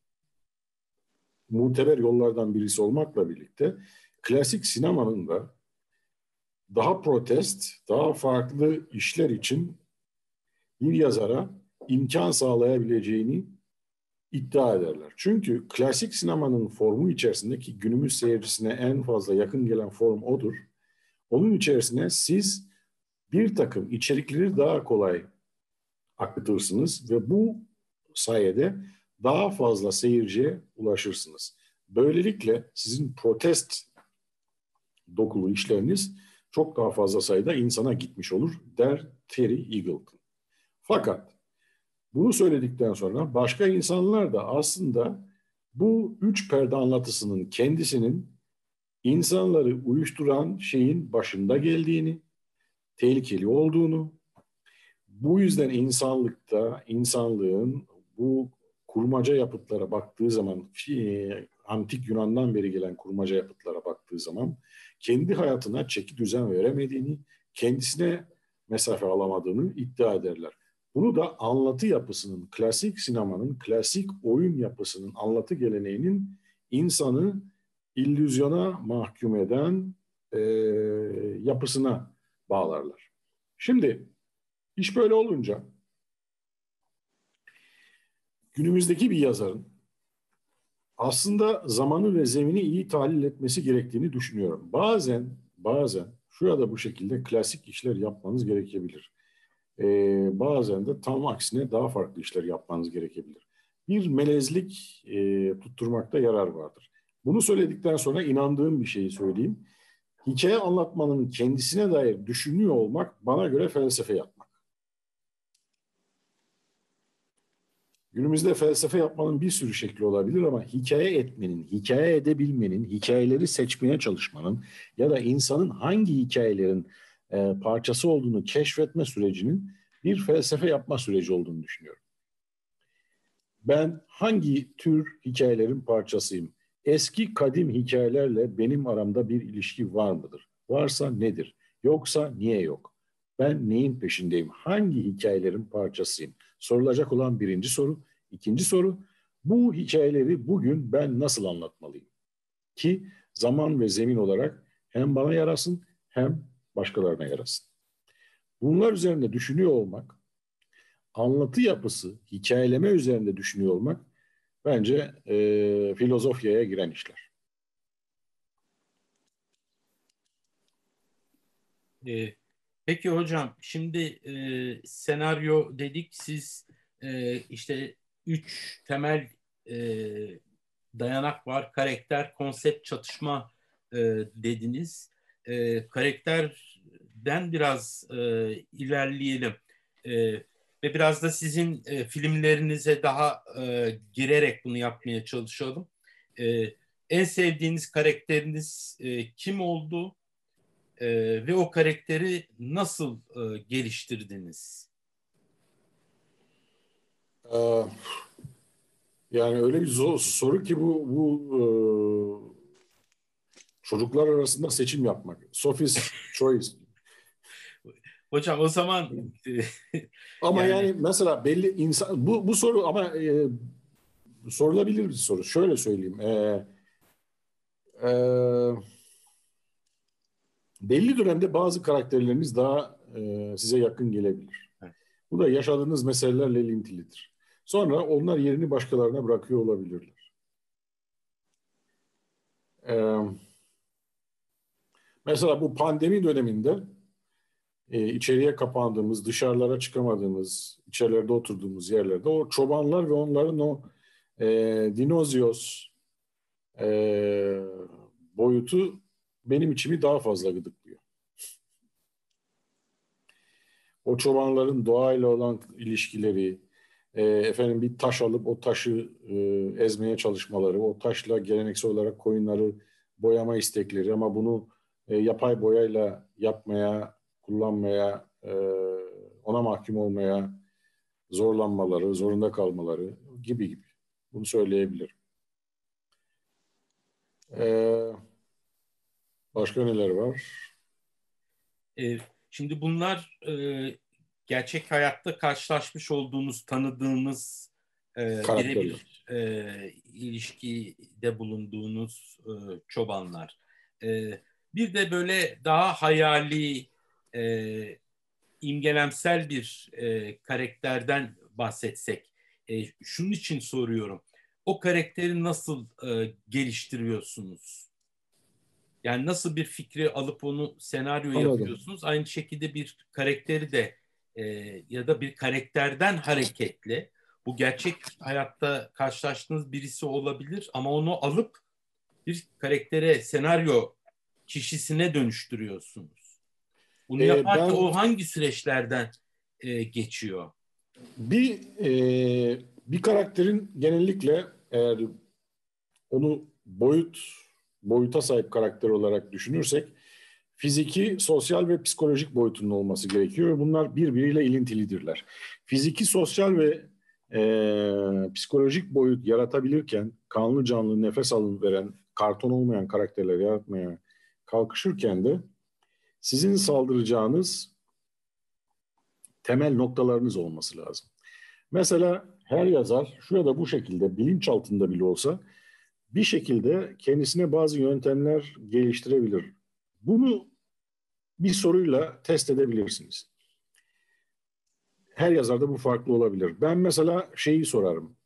muteber yollardan birisi olmakla birlikte klasik sinemanın da daha protest, daha farklı işler için bir yazara imkan sağlayabileceğini iddia ederler. Çünkü klasik sinemanın formu içerisindeki günümüz seyircisine en fazla yakın gelen form odur. Onun içerisine siz bir takım içerikleri daha kolay akıtırsınız ve bu sayede daha fazla seyirciye ulaşırsınız. Böylelikle sizin protest dokulu işleriniz çok daha fazla sayıda insana gitmiş olur der Terry Eagleton. Fakat bunu söyledikten sonra başka insanlar da aslında bu üç perde anlatısının kendisinin insanları uyuşturan şeyin başında geldiğini, tehlikeli olduğunu, bu yüzden insanlıkta, insanlığın bu kurmaca yapıtlara baktığı zaman, antik Yunan'dan beri gelen kurmaca yapıtlara baktığı zaman kendi hayatına çeki düzen veremediğini, kendisine mesafe alamadığını iddia ederler. Bunu da anlatı yapısının, klasik sinemanın, klasik oyun yapısının, anlatı geleneğinin insanı illüzyona mahkum eden e, yapısına bağlarlar. Şimdi iş böyle olunca günümüzdeki bir yazarın aslında zamanı ve zemini iyi tahlil etmesi gerektiğini düşünüyorum. Bazen, bazen şu ya da bu şekilde klasik işler yapmanız gerekebilir. Ee, bazen de tam aksine daha farklı işler yapmanız gerekebilir. Bir melezlik e, tutturmakta yarar vardır. Bunu söyledikten sonra inandığım bir şeyi söyleyeyim. Hikaye anlatmanın kendisine dair düşünüyor olmak bana göre felsefe yapmak. Günümüzde felsefe yapmanın bir sürü şekli olabilir ama hikaye etmenin, hikaye edebilmenin, hikayeleri seçmeye çalışmanın ya da insanın hangi hikayelerin e, parçası olduğunu keşfetme sürecinin bir felsefe yapma süreci olduğunu düşünüyorum. Ben hangi tür hikayelerin parçasıyım? Eski kadim hikayelerle benim aramda bir ilişki var mıdır? Varsa nedir? Yoksa niye yok? Ben neyin peşindeyim? Hangi hikayelerin parçasıyım? Sorulacak olan birinci soru. İkinci soru, bu hikayeleri bugün ben nasıl anlatmalıyım? Ki zaman ve zemin olarak hem bana yarasın hem başkalarına yarasın. Bunlar üzerinde düşünüyor olmak, anlatı yapısı, hikayeleme üzerinde düşünüyor olmak bence e, filozofyaya giren işler. E, peki hocam, şimdi e, senaryo dedik, siz e, işte üç temel e, dayanak var: karakter, konsept, çatışma e, dediniz. E, karakterden biraz e, ilerleyelim. E, ve biraz da sizin e, filmlerinize daha e, girerek bunu yapmaya çalışalım. E, en sevdiğiniz karakteriniz e, kim oldu? E, ve o karakteri nasıl e, geliştirdiniz? Ee, Yani öyle bir zor, soru ki bu, bu e, çocuklar arasında seçim yapmak. Sophie's Choice. Hocam o zaman e, Ama yani yani mesela belli insan bu, bu soru ama e, sorulabilir bir soru. Şöyle söyleyeyim. E, e, belli dönemde bazı karakterleriniz daha e, size yakın gelebilir. Bu da yaşadığınız meselelerle ilintilidir. Sonra onlar yerini başkalarına bırakıyor olabilirler. Ee, Mesela bu pandemi döneminde e, içeriye kapandığımız, dışarılara çıkamadığımız, içerilerde oturduğumuz yerlerde o çobanlar ve onların o e, dinozyos e, boyutu benim içimi daha fazla gıdıklıyor. O çobanların doğayla olan ilişkileri, e, efendim bir taş alıp o taşı e, ezmeye çalışmaları, o taşla geleneksel olarak koyunları boyama istekleri ama bunu e, yapay boyayla yapmaya, kullanmaya, e, ona mahkum olmaya zorlanmaları, zorunda kalmaları gibi gibi. Bunu söyleyebilirim. E, Başka neler var? e, şimdi bunlar e, gerçek hayatta karşılaşmış olduğunuz, tanıdığınız, e, Karakterler. birebir e, ilişkide bulunduğunuz e, çobanlar. E, bir de böyle daha hayali, e, imgelemsel bir e, karakterden bahsetsek. E, şunun için soruyorum. O karakteri nasıl e, geliştiriyorsunuz? Yani nasıl bir fikri alıp onu senaryo Anladım. yapıyorsunuz? Aynı şekilde bir karakteri de e, ya da bir karakterden hareketle, bu gerçek hayatta karşılaştığınız birisi olabilir ama onu alıp bir karaktere, senaryo kişisine dönüştürüyorsunuz. Bunu E, yaparken ben o hangi süreçlerden e, geçiyor? bir e, bir karakterin genellikle eğer onu boyut boyuta sahip karakter olarak düşünürsek fiziki, sosyal ve psikolojik boyutunun olması gerekiyor. Bunlar birbiriyle ilintilidirler. Fiziki, sosyal ve e, psikolojik boyut yaratabilirken kanlı canlı nefes alın veren karton olmayan karakterler yaratmaya kalkışırken de sizin saldıracağınız temel noktalarınız olması lazım. Mesela her yazar şurada bu şekilde bilinç altında bile olsa bir şekilde kendisine bazı yöntemler geliştirebilir. Bunu bir soruyla test edebilirsiniz. Her yazarda bu farklı olabilir. Ben mesela şeyi sorarım.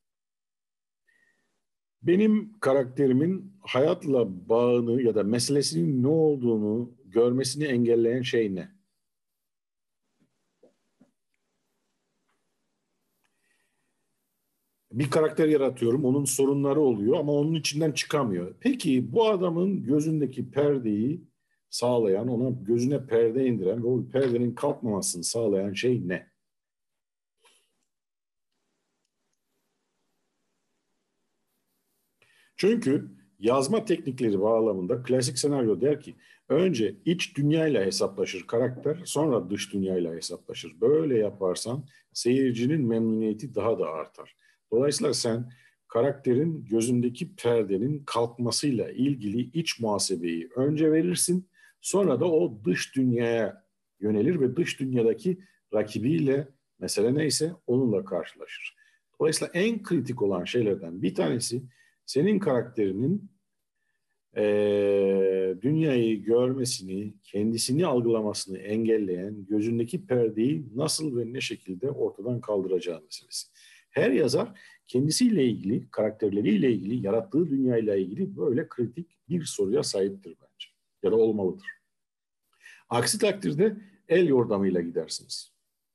Benim karakterimin hayatla bağını ya da meselesinin ne olduğunu görmesini engelleyen şey ne? Bir karakter yaratıyorum, onun sorunları oluyor ama onun içinden çıkamıyor. Peki bu adamın gözündeki perdeyi sağlayan, ona gözüne perde indiren ve o perdenin kalkmamasını sağlayan şey ne? Çünkü yazma teknikleri bağlamında klasik senaryo der ki önce iç dünyayla hesaplaşır karakter, sonra dış dünyayla hesaplaşır. Böyle yaparsan seyircinin memnuniyeti daha da artar. Dolayısıyla sen karakterin gözündeki perdenin kalkmasıyla ilgili iç muhasebeyi önce verirsin. Sonra da o dış dünyaya yönelir ve dış dünyadaki rakibiyle, mesele neyse onunla karşılaşır. Dolayısıyla en kritik olan şeylerden bir tanesi senin karakterinin e, dünyayı görmesini, kendisini algılamasını engelleyen gözündeki perdeyi nasıl ve ne şekilde ortadan kaldıracağı meselesi. Her yazar kendisiyle ilgili, karakterleriyle ilgili, yarattığı dünyayla ilgili böyle kritik bir soruya sahiptir bence. Ya da olmalıdır. Aksi takdirde el yordamıyla gidersiniz.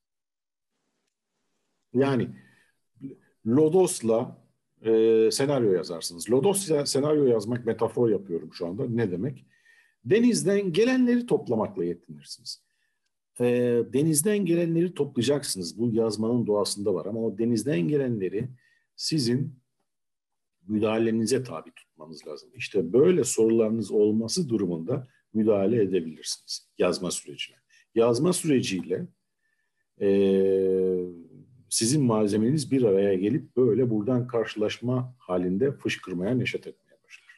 Yani Lodos'la e, senaryo yazarsınız. Lodos'la senaryo yazmak, metafor yapıyorum şu anda. Ne demek? Denizden gelenleri toplamakla yetinirsiniz. E, denizden gelenleri toplayacaksınız. Bu yazmanın doğasında var ama o denizden gelenleri sizin müdahalenize tabi tutmanız lazım. İşte böyle sorularınız olması durumunda müdahale edebilirsiniz yazma sürecine. Yazma süreciyle eee sizin malzemeniz bir araya gelip böyle buradan karşılaşma halinde fışkırmaya, neşet etmeye başlar.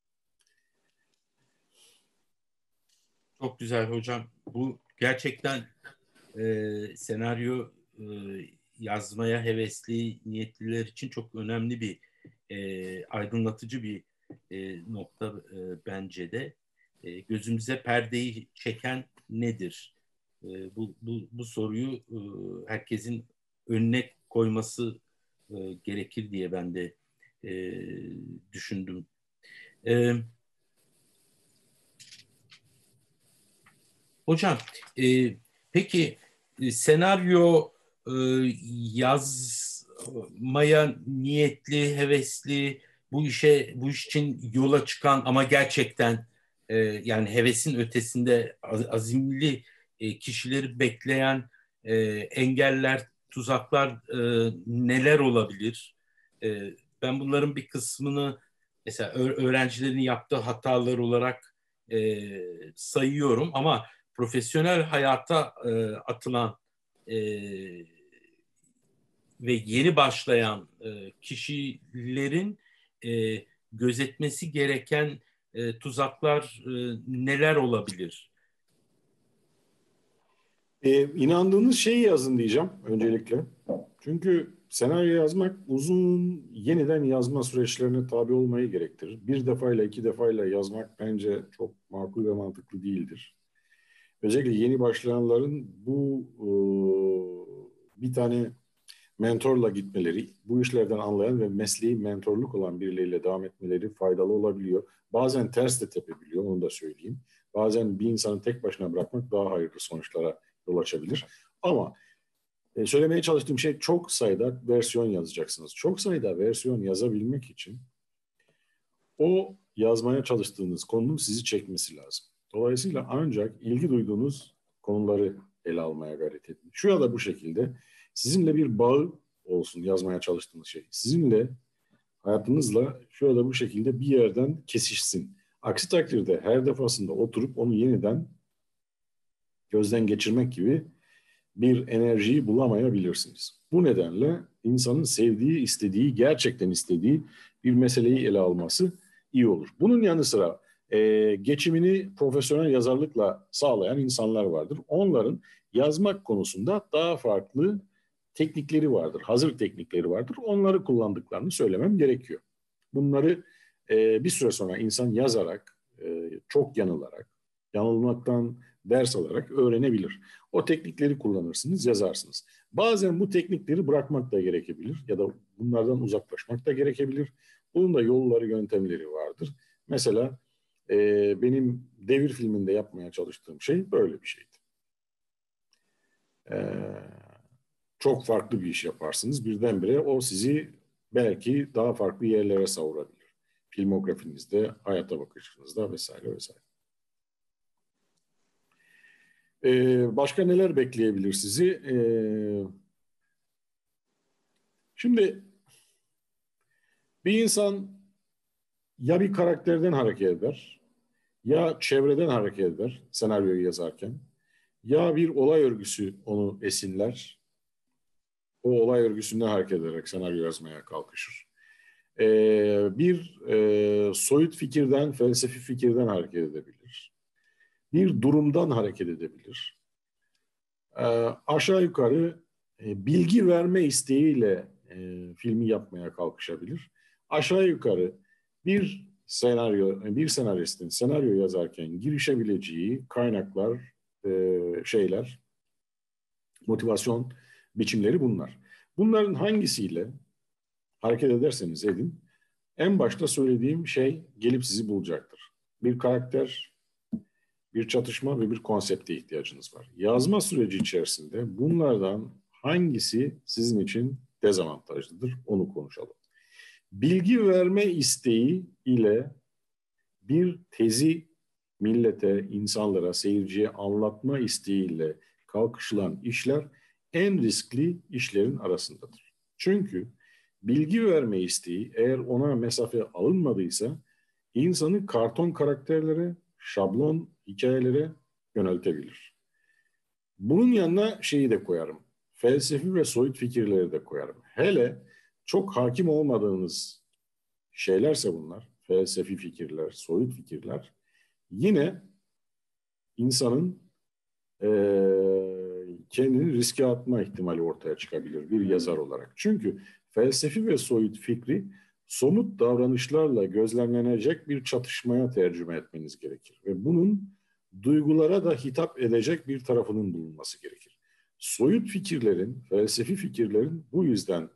Çok güzel hocam. Bu gerçekten e, senaryo e, yazmaya hevesli, niyetliler için çok önemli bir e, aydınlatıcı bir e, nokta e, bence de. E, gözümüze perdeyi çeken nedir? E, bu, bu, bu soruyu e, herkesin önüne koyması e, gerekir diye ben de e, düşündüm. E, hocam, e, peki e, senaryo e, yazmaya niyetli, hevesli, bu işe, bu iş için yola çıkan ama gerçekten e, yani hevesin ötesinde az- azimli e, kişileri bekleyen e, engeller, tuzaklar e, neler olabilir? E, ben bunların bir kısmını mesela ö- öğrencilerin yaptığı hatalar olarak e, sayıyorum ama profesyonel hayata e, atılan e, ve yeni başlayan e, kişilerin e, gözetmesi gereken e, tuzaklar e, neler olabilir? Ee, inandığınız şeyi yazın diyeceğim öncelikle. Çünkü senaryo yazmak uzun, yeniden yazma süreçlerine tabi olmayı gerektirir. Bir defayla, iki defayla yazmak bence çok makul ve mantıklı değildir. Özellikle yeni başlayanların bu e, bir tane mentorla gitmeleri, bu işlerden anlayan ve mesleği mentorluk olan birileriyle devam etmeleri faydalı olabiliyor. Bazen ters de tepebiliyor, onu da söyleyeyim. Bazen bir insanı tek başına bırakmak daha hayırlı sonuçlara yol açabilir. Ama e, söylemeye çalıştığım şey çok sayıda versiyon yazacaksınız. Çok sayıda versiyon yazabilmek için o yazmaya çalıştığınız konunun sizi çekmesi lazım. Dolayısıyla ancak ilgi duyduğunuz konuları ele almaya gayret edin. Şu ya da bu şekilde sizinle bir bağı olsun yazmaya çalıştığınız şey. Sizinle, hayatınızla şu ya da bu şekilde bir yerden kesişsin. Aksi takdirde her defasında oturup onu yeniden gözden geçirmek gibi bir enerjiyi bulamayabilirsiniz. Bu nedenle insanın sevdiği, istediği, gerçekten istediği bir meseleyi ele alması iyi olur. Bunun yanı sıra e, geçimini profesyonel yazarlıkla sağlayan insanlar vardır. Onların yazmak konusunda daha farklı teknikleri vardır, hazır teknikleri vardır. Onları kullandıklarını söylemem gerekiyor. Bunları e, bir süre sonra insan yazarak, e, çok yanılarak, yanılmaktan ders alarak öğrenebilir. O teknikleri kullanırsınız, yazarsınız. Bazen bu teknikleri bırakmak da gerekebilir ya da bunlardan uzaklaşmak da gerekebilir. Bunun da yolları, yöntemleri vardır. Mesela e, benim Devir filminde yapmaya çalıştığım şey böyle bir şeydi. E, çok farklı bir iş yaparsınız. Birdenbire o sizi belki daha farklı yerlere savurabilir. Filmografinizde, hayata bakışınızda vesaire vesaire. Ee, başka neler bekleyebilir sizi? Ee, şimdi bir insan ya bir karakterden hareket eder, ya çevreden hareket eder senaryoyu yazarken, ya bir olay örgüsü onu esinler, o olay örgüsünden hareket ederek senaryo yazmaya kalkışır. Ee, bir e, soyut fikirden, felsefi fikirden hareket edebilir. Bir durumdan hareket edebilir. Ee, aşağı yukarı e, bilgi verme isteğiyle e, filmi yapmaya kalkışabilir. Aşağı yukarı bir senaryo, bir senaristin senaryo yazarken girişebileceği kaynaklar, e, şeyler, motivasyon biçimleri bunlar. Bunların hangisiyle hareket ederseniz edin, en başta söylediğim şey gelip sizi bulacaktır. Bir karakter, bir çatışma ve bir konsepte ihtiyacınız var. Yazma süreci içerisinde bunlardan hangisi sizin için dezavantajlıdır onu konuşalım. Bilgi verme isteği ile bir tezi millete, insanlara, seyirciye anlatma isteğiyle kalkışılan işler en riskli işlerin arasındadır. Çünkü bilgi verme isteği eğer ona mesafe alınmadıysa insanı karton karakterlere, şablon hikayelere yöneltebilir. Bunun yanına şeyi de koyarım. Felsefi ve soyut fikirleri de koyarım. Hele çok hakim olmadığınız şeylerse bunlar, felsefi fikirler, soyut fikirler, yine insanın e, kendini riske atma ihtimali ortaya çıkabilir bir yazar olarak. Çünkü felsefi ve soyut fikri somut davranışlarla gözlemlenecek bir çatışmaya tercüme etmeniz gerekir. Ve bunun duygulara da hitap edecek bir tarafının bulunması gerekir. Soyut fikirlerin, felsefi fikirlerin bu yüzden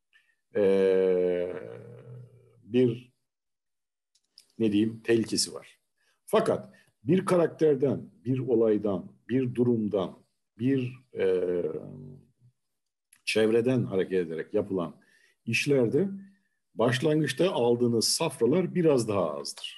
e, bir ne diyeyim tehlikesi var. Fakat bir karakterden, bir olaydan, bir durumdan, bir e, çevreden hareket ederek yapılan işlerde başlangıçta aldığınız safralar biraz daha azdır.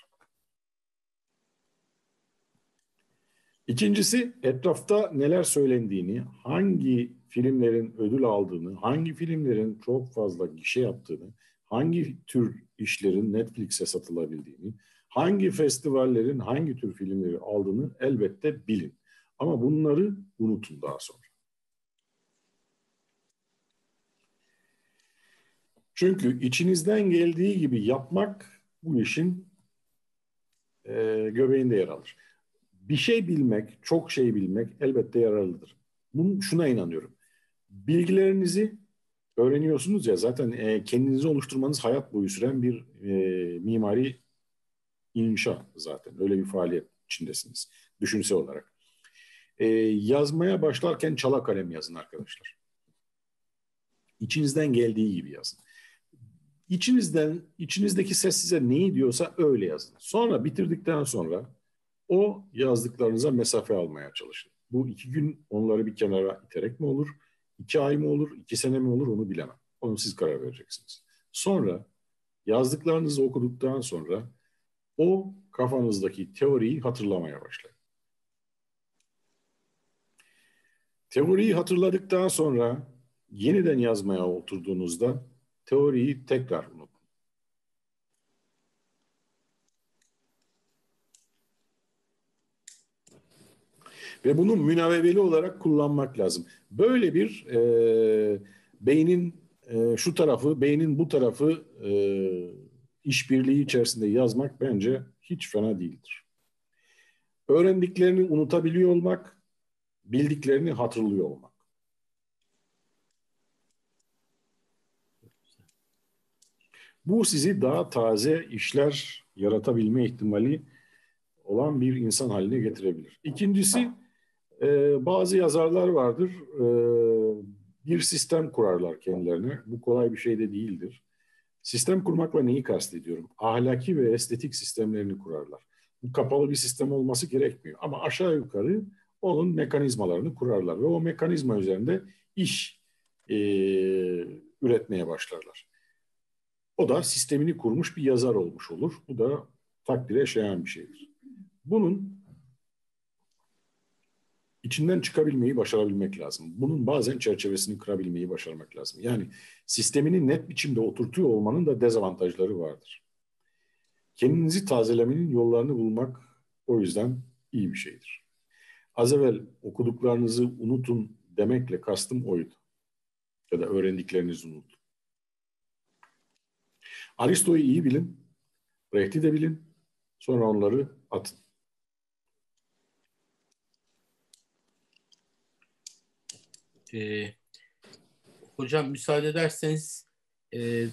İkincisi, etrafta neler söylendiğini, hangi filmlerin ödül aldığını, hangi filmlerin çok fazla gişe yaptığını, hangi tür işlerin Netflix'e satılabildiğini, hangi festivallerin hangi tür filmleri aldığını elbette bilin. Ama bunları unutun daha sonra. Çünkü içinizden geldiği gibi yapmak bu işin e, göbeğinde yer alır. Bir şey bilmek, çok şey bilmek elbette yararlıdır. Bunun, şuna inanıyorum. Bilgilerinizi öğreniyorsunuz ya zaten e, kendinizi oluşturmanız hayat boyu süren bir e, mimari inşa zaten. Öyle bir faaliyet içindesiniz düşünsel olarak. E, yazmaya başlarken çala kalem yazın arkadaşlar. İçinizden geldiği gibi yazın. İçinizden, içinizdeki ses size neyi diyorsa öyle yazın. Sonra bitirdikten sonra o yazdıklarınıza mesafe almaya çalışın. Bu iki gün onları bir kenara iterek mi olur? İki ay mı olur? İki sene mi olur? Onu bilemem. Onu siz karar vereceksiniz. Sonra yazdıklarınızı okuduktan sonra o kafanızdaki teoriyi hatırlamaya başlayın. Teoriyi hatırladıktan sonra yeniden yazmaya oturduğunuzda teoriyi tekrar unutun. Ve bunu münavebeli olarak kullanmak lazım. Böyle bir e, beynin e, şu tarafı, beynin bu tarafı e, işbirliği içerisinde yazmak bence hiç fena değildir. Öğrendiklerini unutabiliyor olmak, bildiklerini hatırlıyor olmak. Bu sizi daha taze işler yaratabilme ihtimali olan bir insan haline getirebilir. İkincisi, e, bazı yazarlar vardır, e, bir sistem kurarlar kendilerine. Bu kolay bir şey de değildir. Sistem kurmakla neyi kastediyorum? Ahlaki ve estetik sistemlerini kurarlar. Bu kapalı bir sistem olması gerekmiyor. Ama aşağı yukarı onun mekanizmalarını kurarlar. Ve o mekanizma üzerinde iş e, üretmeye başlarlar. O da sistemini kurmuş bir yazar olmuş olur. Bu da takdire şayan bir şeydir. Bunun içinden çıkabilmeyi başarabilmek lazım. Bunun bazen çerçevesini kırabilmeyi başarmak lazım. Yani sistemini net biçimde oturtuyor olmanın da dezavantajları vardır. Kendinizi tazelemenin yollarını bulmak o yüzden iyi bir şeydir. Az evvel okuduklarınızı unutun demekle kastım oydu. Ya da öğrendiklerinizi unutun. Aristo'yu iyi bilin, Brecht'i de bilin, sonra onları atın. Ee, hocam müsaade ederseniz e,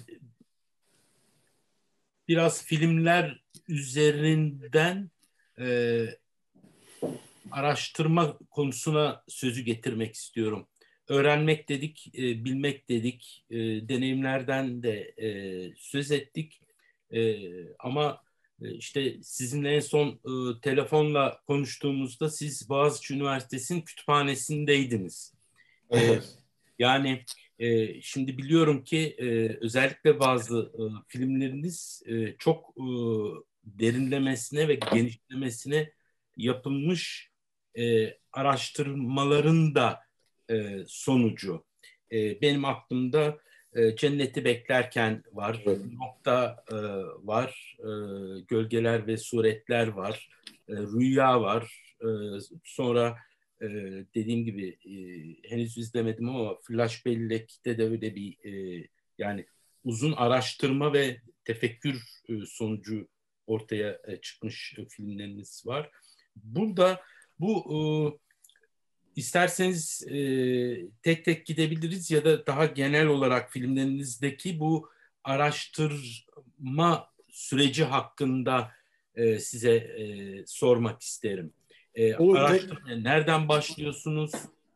biraz filmler üzerinden e, araştırma konusuna sözü getirmek istiyorum. Öğrenmek dedik, e, bilmek dedik, e, deneyimlerden de e, söz ettik. E, ama e, işte sizinle en son e, telefonla konuştuğumuzda siz Boğaziçi Üniversitesi'nin kütüphanesindeydiniz. E, Evet. yani e, şimdi biliyorum ki e, özellikle bazı e, filmleriniz e, çok e, derinlemesine ve genişlemesine yapılmış e, araştırmaların da e, sonucu. E, benim aklımda e, Cenneti Beklerken var, Evet. Nokta e, var, e, Gölgeler ve Suretler var, e, Rüya var, e, sonra e, dediğim gibi e, henüz izlemedim ama Flash Bellek'te de öyle bir e, yani uzun araştırma ve tefekkür e, sonucu ortaya e, çıkmış e, filmleriniz var. Burada bu e, isterseniz e, tek tek gidebiliriz ya da daha genel olarak filmlerinizdeki bu araştırma süreci hakkında e, size e, sormak isterim. E, O tek, araştırmaya nereden başlıyorsunuz?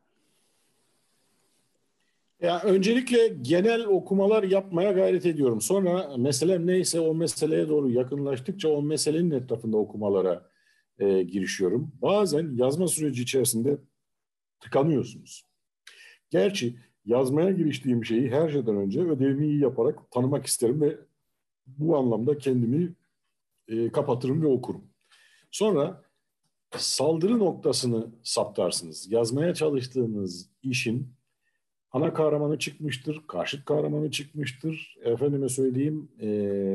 ya öncelikle genel okumalar yapmaya gayret ediyorum. Sonra meselem neyse o meseleye doğru yakınlaştıkça o meselenin etrafında okumalara e, girişiyorum. Bazen yazma süreci içerisinde tıkanıyorsunuz. Gerçi yazmaya giriştiğim şeyi her şeyden önce ödevimi iyi yaparak tanımak isterim ve bu anlamda kendimi e, kapatırım ve okurum. Sonra saldırı noktasını saptarsınız. Yazmaya çalıştığınız işin ana kahramanı çıkmıştır, karşıt kahramanı çıkmıştır. Efendime söyleyeyim, e,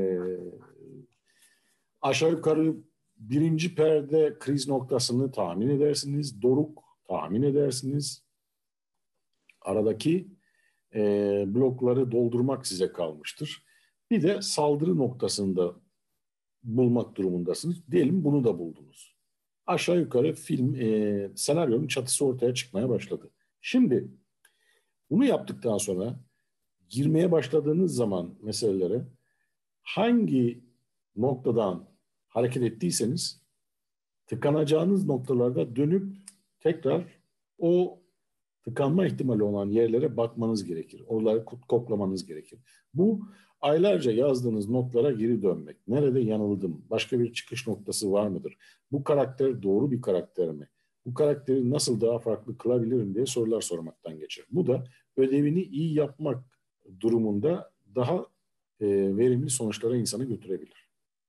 aşağı yukarı birinci perde kriz noktasını tahmin edersiniz. Doruk tahmin edersiniz. Aradaki e, blokları doldurmak size kalmıştır. Bir de saldırı noktasında bulmak durumundasınız. Diyelim bunu da buldunuz. Aşağı yukarı film, e, senaryonun çatısı ortaya çıkmaya başladı. Şimdi bunu yaptıktan sonra girmeye başladığınız zaman meselelere hangi noktadan hareket ettiyseniz tıkanacağınız noktalarda dönüp tekrar o tıkanma ihtimali olan yerlere bakmanız gerekir. Oraları koklamanız gerekir. Bu aylarca yazdığınız notlara geri dönmek. Nerede yanıldım? Başka bir çıkış noktası var mıdır? Bu karakter doğru bir karakter mi? Bu karakteri nasıl daha farklı kılabilirim diye sorular sormaktan geçer. Bu da ödevini iyi yapmak durumunda daha e, verimli sonuçlara insanı götürebilir.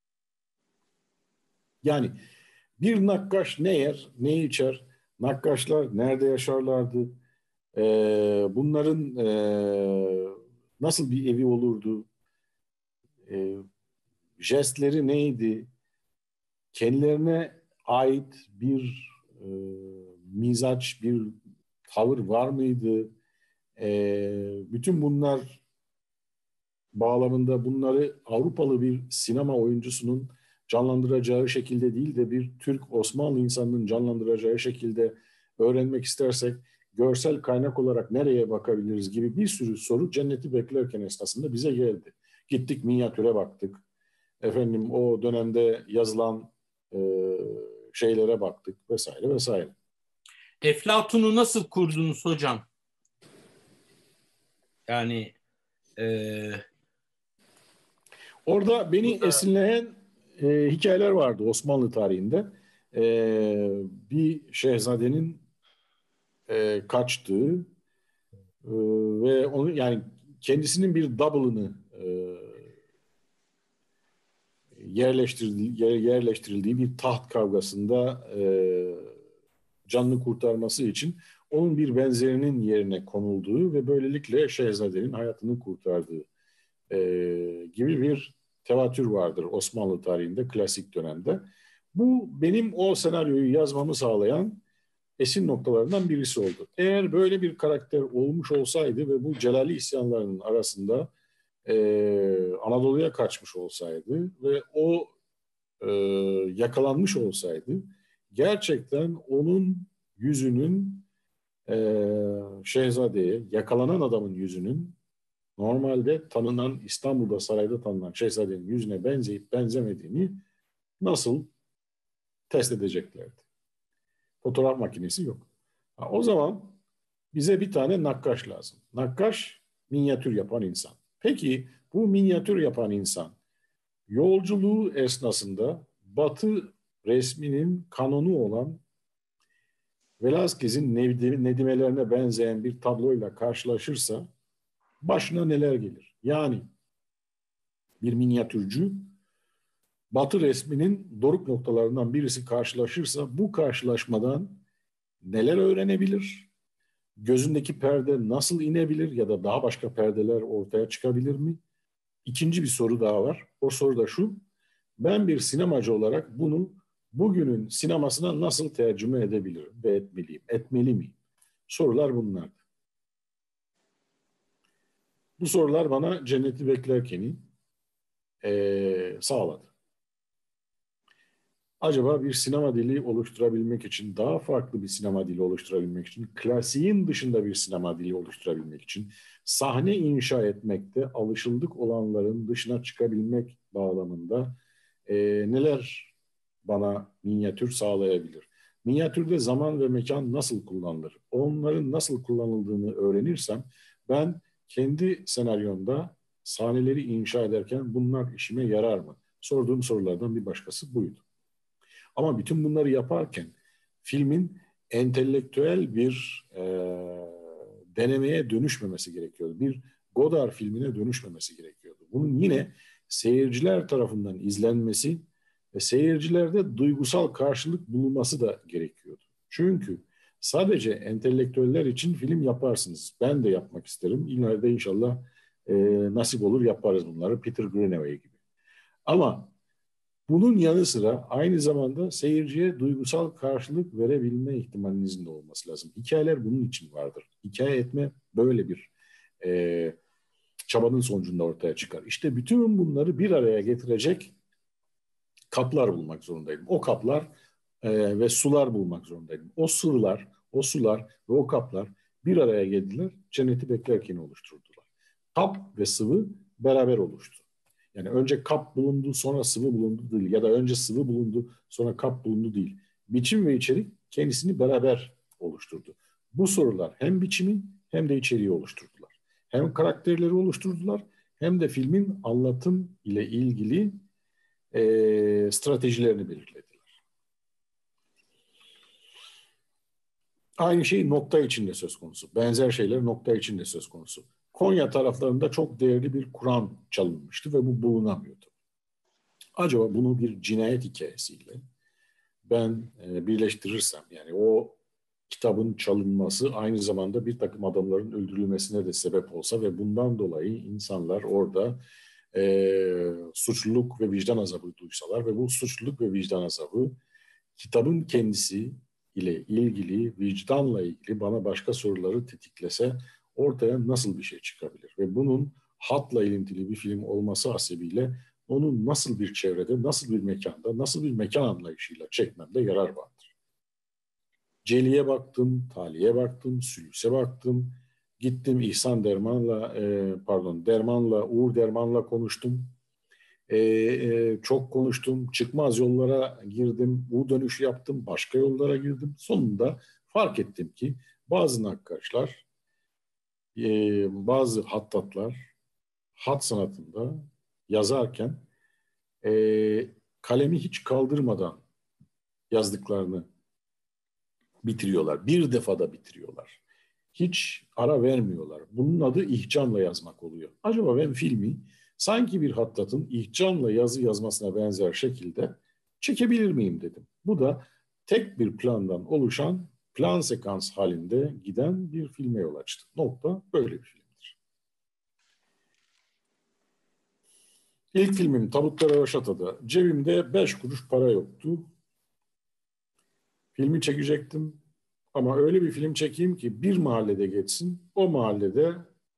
Yani bir nakkaş ne yer, ne içer? Nakkaşlar nerede yaşarlardı? Ee, bunların e, nasıl bir evi olurdu? E, jestleri neydi? Kendilerine ait bir e, mizaç, bir tavır var mıydı? E, bütün bunlar bağlamında bunları Avrupalı bir sinema oyuncusunun canlandıracağı şekilde değil de bir Türk Osmanlı insanının canlandıracağı şekilde öğrenmek istersek görsel kaynak olarak nereye bakabiliriz gibi bir sürü soru Cenneti Beklerken esnasında bize geldi. Gittik minyatüre baktık. Efendim o dönemde yazılan e, şeylere baktık vesaire vesaire. Eflatun'u nasıl kurdunuz hocam? Yani e, Orada beni burada esinleyen e, hikayeler vardı Osmanlı tarihinde. E, bir şehzadenin e, kaçtığı e, ve onu yani kendisinin bir double'ını e, yerleştirildiği, yer, yerleştirildiği bir taht kavgasında e, canını kurtarması için onun bir benzerinin yerine konulduğu ve böylelikle şehzadenin hayatını kurtardığı e, gibi bir tevatür vardır Osmanlı tarihinde, klasik dönemde. Bu benim o senaryoyu yazmamı sağlayan esin noktalarından birisi oldu. Eğer böyle bir karakter olmuş olsaydı ve bu Celali isyanlarının arasında e, Anadolu'ya kaçmış olsaydı ve o e, yakalanmış olsaydı, gerçekten onun yüzünün e, Şehzade'ye, yakalanan adamın yüzünün normalde tanınan, İstanbul'da sarayda tanınan Şehzade'nin yüzüne benzeyip benzemediğini nasıl test edeceklerdi? Fotoğraf makinesi yok. Ha, o zaman bize bir tane nakkaş lazım. Nakkaş, minyatür yapan insan. Peki bu minyatür yapan insan yolculuğu esnasında Batı resminin kanonu olan Velázquez'in Nedimelerine benzeyen bir tabloyla karşılaşırsa başına neler gelir? Yani bir minyatürcü Batı resminin doruk noktalarından birisi karşılaşırsa bu karşılaşmadan neler öğrenebilir? Gözündeki perde nasıl inebilir ya da daha başka perdeler ortaya çıkabilir mi? İkinci bir soru daha var. O soru da şu: ben bir sinemacı olarak bunu bugünün sinemasına nasıl tercüme edebilirim ve etmeliyim, etmeli miyim? Sorular bunlardı. Bu sorular bana Cenneti Beklerken'i ee, sağladı. Acaba bir sinema dili oluşturabilmek için, daha farklı bir sinema dili oluşturabilmek için, klasiğin dışında bir sinema dili oluşturabilmek için, sahne inşa etmekte alışıldık olanların dışına çıkabilmek bağlamında e, neler bana minyatür sağlayabilir? Minyatürde zaman ve mekan nasıl kullanılır? Onların nasıl kullanıldığını öğrenirsem ben kendi senaryomda sahneleri inşa ederken bunlar işime yarar mı? Sorduğum sorulardan bir başkası buydu. Ama bütün bunları yaparken filmin entelektüel bir e, denemeye dönüşmemesi gerekiyordu. Bir Godard filmine dönüşmemesi gerekiyordu. Bunun yine seyirciler tarafından izlenmesi ve seyircilerde duygusal karşılık bulunması da gerekiyordu. Çünkü sadece entelektüeller için film yaparsınız. Ben de yapmak isterim. İleride inşallah e, nasip olur yaparız bunları. Peter Greenaway gibi. Ama bunun yanı sıra aynı zamanda seyirciye duygusal karşılık verebilme ihtimalinizin de olması lazım. Hikayeler bunun için vardır. Hikaye etme böyle bir e, çabanın sonucunda ortaya çıkar. İşte bütün bunları bir araya getirecek kaplar bulmak zorundaydım. O kaplar e, ve sular bulmak zorundaydım. O sırlar, o sular ve o kaplar bir araya geldiler. Cenneti Beklerken'i oluşturdular. Kap ve sıvı beraber oluştu. Yani önce kap bulundu, sonra sıvı bulundu değil. Ya da önce sıvı bulundu, sonra kap bulundu değil. Biçim ve içerik kendisini beraber oluşturdu. Bu sorular hem biçimi hem de içeriği oluşturdular. Hem karakterleri oluşturdular hem de filmin anlatım ile ilgili e, stratejilerini belirlediler. Aynı şey nokta içinde söz konusu. Benzer şeyler nokta içinde söz konusu. Konya taraflarında çok değerli bir Kur'an çalınmıştı ve bu bulunamıyordu. Acaba bunu bir cinayet hikayesiyle ben e, birleştirirsem, yani o kitabın çalınması aynı zamanda bir takım adamların öldürülmesine de sebep olsa ve bundan dolayı insanlar orada e, suçluluk ve vicdan azabı duysalar ve bu suçluluk ve vicdan azabı kitabın kendisi ile ilgili, vicdanla ilgili bana başka soruları tetiklese ortaya nasıl bir şey çıkabilir? Ve bunun hatla ilintili bir film olması hasebiyle onu nasıl bir çevrede, nasıl bir mekanda, nasıl bir mekan anlayışıyla çekmemde yarar vardır. Celi'ye baktım, Tali'ye baktım, Sülüs'e baktım. Gittim İhsan Derman'la, e, pardon Derman'la, Uğur Derman'la konuştum. E, e, çok konuştum. Çıkmaz yollara girdim. U dönüşü yaptım. Başka yollara girdim. Sonunda fark ettim ki bazı nakkaşlar, e, bazı hattatlar hat sanatında yazarken e, kalemi hiç kaldırmadan yazdıklarını bitiriyorlar. Bir defada bitiriyorlar. Hiç ara vermiyorlar. Bunun adı ihcamla yazmak oluyor. Acaba ben filmi sanki bir hattatın ihcamla yazı yazmasına benzer şekilde çekebilir miyim dedim. Bu da tek bir plandan oluşan, plan sekans halinde giden bir filme yol açtı. Nokta böyle bir filmdir. İlk filmim Tabutlar Rövaşata'da. Cebimde beş kuruş para yoktu. Filmi çekecektim. Ama öyle bir film çekeyim ki bir mahallede geçsin. O mahallede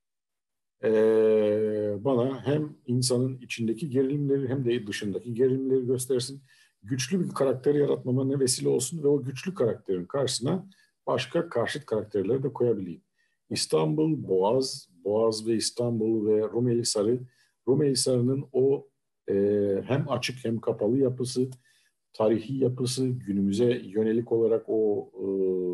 ee, bana hem insanın içindeki gerilimleri hem de dışındaki gerilimleri göstersin. Güçlü bir karakter yaratmama ne vesile olsun ve o güçlü karakterin karşısına başka karşıt karakterleri de koyabileyim. İstanbul, Boğaz, Boğaz ve İstanbul ve Rumeli Sarı. Rumeli Sarı'nın o e, hem açık hem kapalı yapısı, tarihi yapısı, günümüze yönelik olarak o e,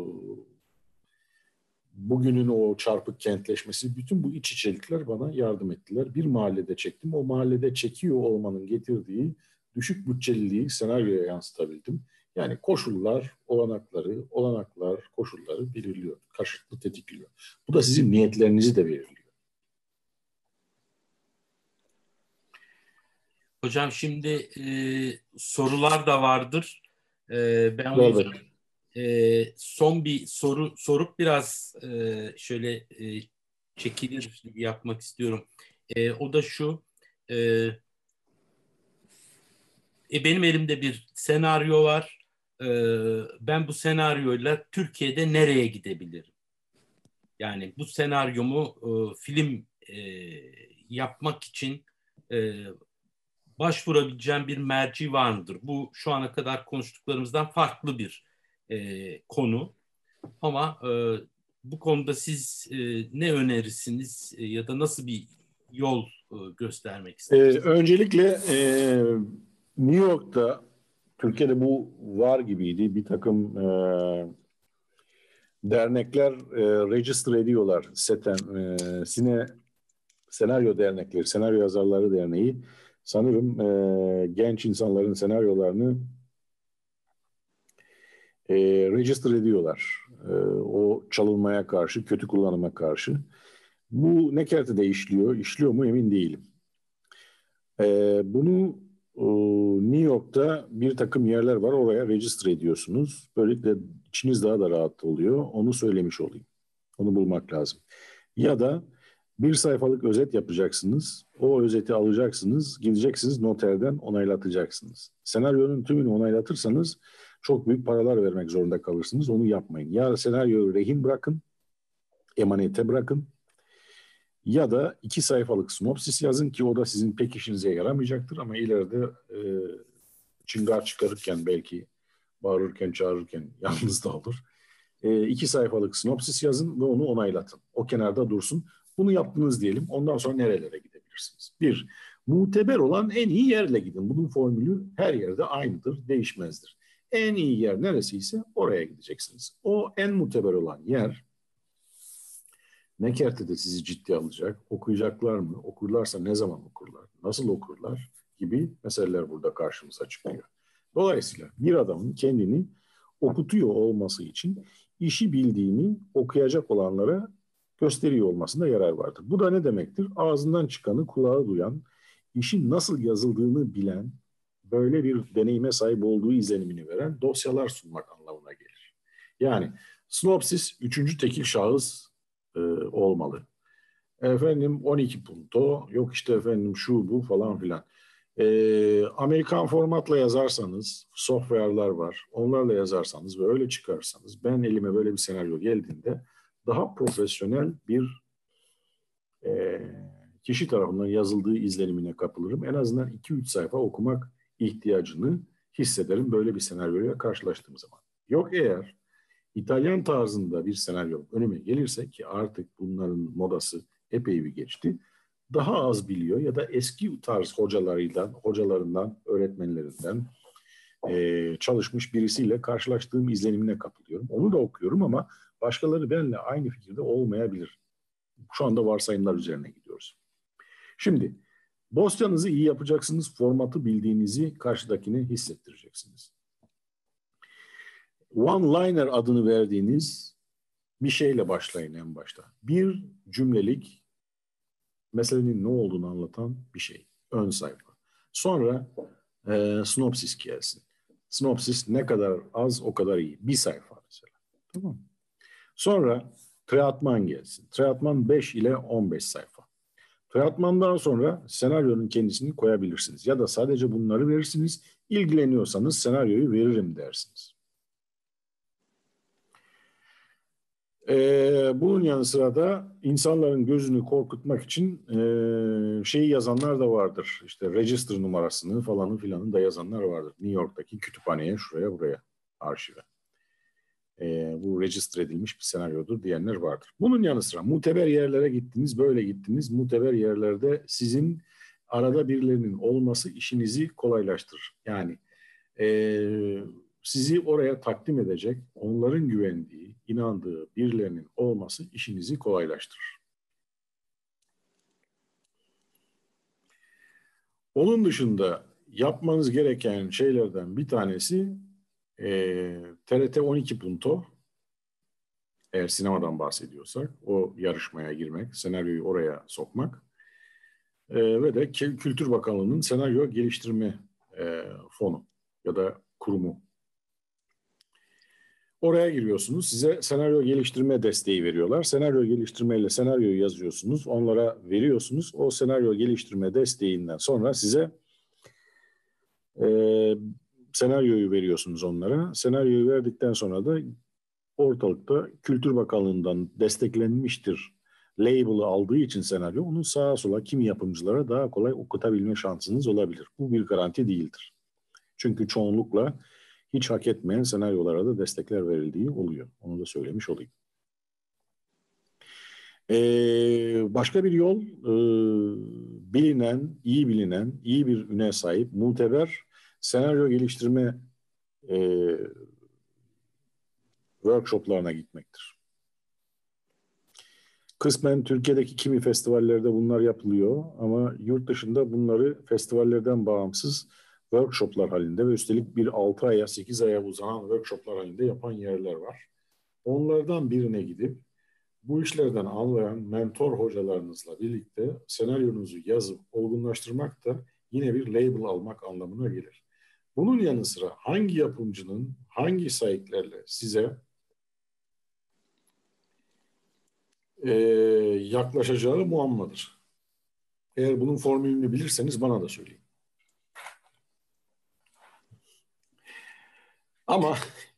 bugünün o çarpık kentleşmesi, bütün bu iç içelikler bana yardım ettiler. Bir mahallede çektim. O mahallede çekiyor olmanın getirdiği düşük bütçeliliği senaryoya yansıtabildim. Yani koşullar, olanakları, olanaklar, koşulları belirliyor. Karşılıklı tetikliyor. Bu da sizin niyetlerinizi de belirliyor. Hocam şimdi e, sorular da vardır. E, ben o Evet. yüzden e, son bir soru sorup biraz e, şöyle e, çekilir yapmak istiyorum. E, o da şu. E, e, benim elimde bir senaryo var. E, ben bu senaryoyla Türkiye'de nereye gidebilirim? Yani bu senaryomu e, film e, yapmak için e, başvurabileceğim bir merci var mıdır? Bu şu ana kadar konuştuklarımızdan farklı bir e, konu. Ama e, bu konuda siz e, ne önerirsiniz e, ya da nasıl bir yol e, göstermek Ee, istersiniz? öncelikle e, New York'ta, Türkiye'de bu var gibiydi. Bir takım e, dernekler e, register ediyorlar. SETEM, e, Sine Senaryo Dernekleri, Senaryo Yazarları Derneği sanırım e, genç insanların senaryolarını e, register ediyorlar. E, o çalınmaya karşı, kötü kullanıma karşı. Bu ne kertede işliyor, işliyor mu emin değilim. E, bunu e, New York'ta bir takım yerler var, oraya register ediyorsunuz. Böylelikle içiniz daha da rahat oluyor. Onu söylemiş olayım. Onu bulmak lazım. Ya da bir sayfalık özet yapacaksınız. O özeti alacaksınız. Gideceksiniz noterden onaylatacaksınız. Senaryonun tümünü onaylatırsanız çok büyük paralar vermek zorunda kalırsınız. Onu yapmayın. Ya senaryoyu rehin bırakın, emanete bırakın. Ya da iki sayfalık sinopsis yazın ki o da sizin pek işinize yaramayacaktır. Ama ileride e, çıngar çıkarırken belki bağırırken çağırırken yalnız da olur. E, iki sayfalık sinopsis yazın ve onu onaylatın. O kenarda dursun. Bunu yaptınız diyelim. Ondan sonra nerelere gidebilirsiniz? Bir, muteber olan en iyi yerle gidin. Bunun formülü her yerde aynıdır, değişmezdir. En iyi yer neresiyse oraya gideceksiniz. O en muteber olan yer ne kertede sizi ciddi alacak, okuyacaklar mı, okurlarsa ne zaman okurlar, nasıl okurlar gibi meseleler burada karşımıza çıkıyor. Dolayısıyla bir adamın kendini okutuyor olması için işi bildiğini okuyacak olanlara gösteriyor olmasında yarar vardır. Bu da ne demektir? Ağzından çıkanı kulağı duyan, işin nasıl yazıldığını bilen, böyle bir deneyime sahip olduğu izlenimini veren dosyalar sunmak anlamına gelir. Yani sinopsis üçüncü tekil şahıs e, olmalı. Efendim on iki punto, yok işte efendim şu bu falan filan. Ee, Amerikan formatla yazarsanız, software'lar var. Onlarla yazarsanız ve öyle çıkarsanız, ben elime böyle bir senaryo geldiğinde daha profesyonel bir e, kişi tarafından yazıldığı izlenimine kapılırım. En azından iki üç sayfa okumak ihtiyacını hissederim böyle bir senaryoyla karşılaştığım zaman. Yok eğer İtalyan tarzında bir senaryo önüme gelirse ki artık bunların modası epey bir geçti. Daha az biliyor ya da eski tarz hocalarıyla, hocalarından, öğretmenlerinden e, çalışmış birisiyle karşılaştığım izlenimine kapılıyorum. Onu da okuyorum ama başkaları benimle aynı fikirde olmayabilir. Şu anda varsayımlar üzerine gidiyoruz. Şimdi dosyanızı iyi yapacaksınız, formatı bildiğinizi karşıdakine hissettireceksiniz. One-liner adını verdiğiniz bir şeyle başlayın en başta. Bir cümlelik meselenin ne olduğunu anlatan bir şey. Ön sayfa. Sonra e, sinopsis gelsin. Sinopsis ne kadar az o kadar iyi. Bir sayfa mesela. Tamam. Sonra treatman gelsin. Treatman beş ile on beş sayfa. Fragmandan sonra senaryonun kendisini koyabilirsiniz. Ya da sadece bunları verirsiniz. İlgileniyorsanız senaryoyu veririm dersiniz. Ee, bunun yanı sıra da insanların gözünü korkutmak için e, şeyi yazanlar da vardır. İşte register numarasını falanı filanı da yazanlar vardır. New York'taki kütüphaneye, şuraya buraya, arşive. Ee, bu register edilmiş bir senaryodur diyenler vardır. Bunun yanı sıra muteber yerlere gittiniz, böyle gittiniz. Muteber yerlerde sizin arada birilerinin olması işinizi kolaylaştırır. Yani e, sizi oraya takdim edecek, onların güvendiği, inandığı birilerinin olması işinizi kolaylaştırır. Onun dışında yapmanız gereken şeylerden bir tanesi e, T R T on iki Punto, eğer sinemadan bahsediyorsak, o yarışmaya girmek, senaryoyu oraya sokmak e, ve de Kültür Bakanlığı'nın senaryo geliştirme e, fonu ya da kurumu. Oraya giriyorsunuz, size senaryo geliştirme desteği veriyorlar. Senaryo geliştirmeyle senaryoyu yazıyorsunuz, onlara veriyorsunuz. O senaryo geliştirme desteğinden sonra size e, senaryoyu veriyorsunuz onlara. Senaryoyu verdikten sonra da ortalıkta Kültür Bakanlığı'ndan desteklenmiştir label'ı aldığı için senaryo, onu sağa sola kimi yapımcılara daha kolay okutabilme şansınız olabilir. Bu bir garanti değildir. Çünkü çoğunlukla hiç hak etmeyen senaryolara da destekler verildiği oluyor. Onu da söylemiş olayım. Ee, başka bir yol, e, bilinen, iyi bilinen, iyi bir üne sahip, muteber senaryo geliştirme e, workshoplarına gitmektir. Kısmen Türkiye'deki kimi festivallerde bunlar yapılıyor ama yurt dışında bunları festivallerden bağımsız workshoplar halinde ve üstelik bir altı aya sekiz aya uzanan workshoplar halinde yapan yerler var. Onlardan birine gidip bu işlerden anlayan mentor hocalarınızla birlikte senaryonuzu yazıp olgunlaştırmak da yine bir label almak anlamına gelir. Bunun yanı sıra hangi yapımcının hangi sahiplerle size e, yaklaşacağı muammadır. Eğer bunun formülünü bilirseniz bana da söyleyin. Ama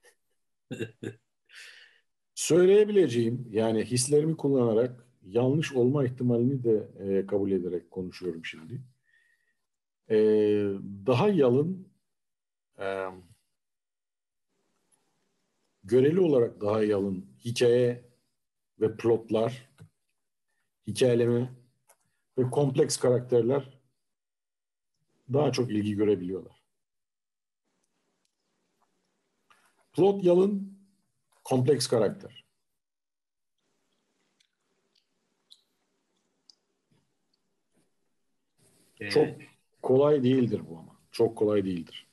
söyleyebileceğim, yani hislerimi kullanarak yanlış olma ihtimalini de e, kabul ederek konuşuyorum şimdi. E, daha yalın, e, göreli olarak daha yalın hikaye ve plotlar, hikayeleme ve kompleks karakterler daha çok ilgi görebiliyorlar. Plot yalın, kompleks karakter. Ee, çok kolay değildir bu ama. Çok kolay değildir.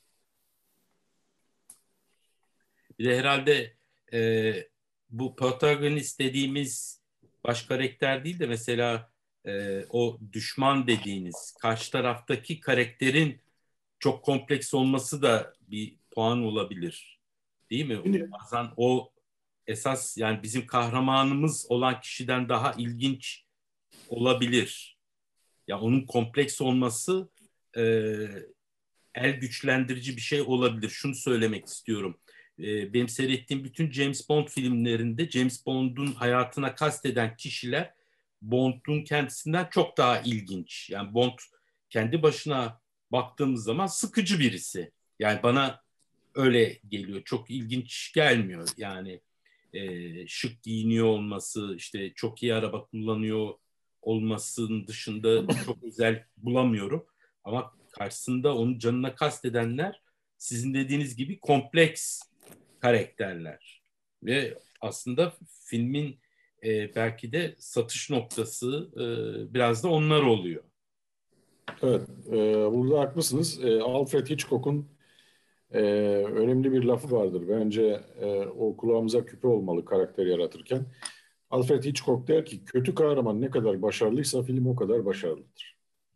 Bir de herhalde e, bu protagonist dediğimiz baş karakter değil de mesela e, o düşman dediğiniz karşı taraftaki karakterin çok kompleks olması da bir puan olabilir. Değil mi? Şimdi, Bazen o esas, yani bizim kahramanımız olan kişiden daha ilginç olabilir. Ya onun kompleks olması e, el güçlendirici bir şey olabilir. Şunu söylemek istiyorum. E, benim seyrettiğim bütün James Bond filmlerinde James Bond'un hayatına kasteden kişiler Bond'un kendisinden çok daha ilginç. Yani Bond kendi başına baktığımız zaman sıkıcı birisi. Yani bana öyle geliyor. Çok ilginç gelmiyor. Yani e, şık giyiniyor olması, işte çok iyi araba kullanıyor olmasının dışında çok özel bulamıyorum. Ama karşısında onun canına kastedenler sizin dediğiniz gibi kompleks karakterler. Ve aslında filmin e, belki de satış noktası e, biraz da onlar oluyor. evet, e, burada haklısınız. E, Alfred Hitchcock'un e, önemli bir lafı vardır. Bence e, o kulağımıza küpe olmalı karakter yaratırken. Alfred Hitchcock der ki, kötü kahraman ne kadar başarılıysa film o kadar başarılıdır.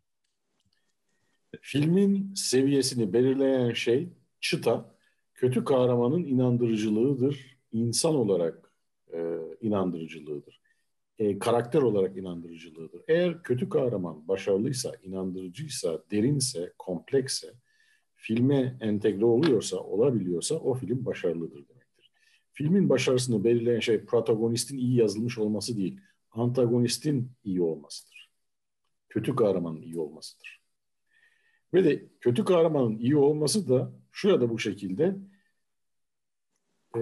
Filmin seviyesini belirleyen şey, çıta, kötü kahramanın inandırıcılığıdır. İnsan olarak e, inandırıcılığıdır. e, karakter olarak inandırıcılığıdır. Eğer kötü kahraman başarılıysa, inandırıcıysa, derinse, komplekse, filme entegre oluyorsa, olabiliyorsa o film başarılıdır demektir. Filmin başarısını belirleyen şey protagonistin iyi yazılmış olması değil, antagonistin iyi olmasıdır. Kötü kahramanın iyi olmasıdır. Ve de kötü kahramanın iyi olması da şurada bu şekilde e,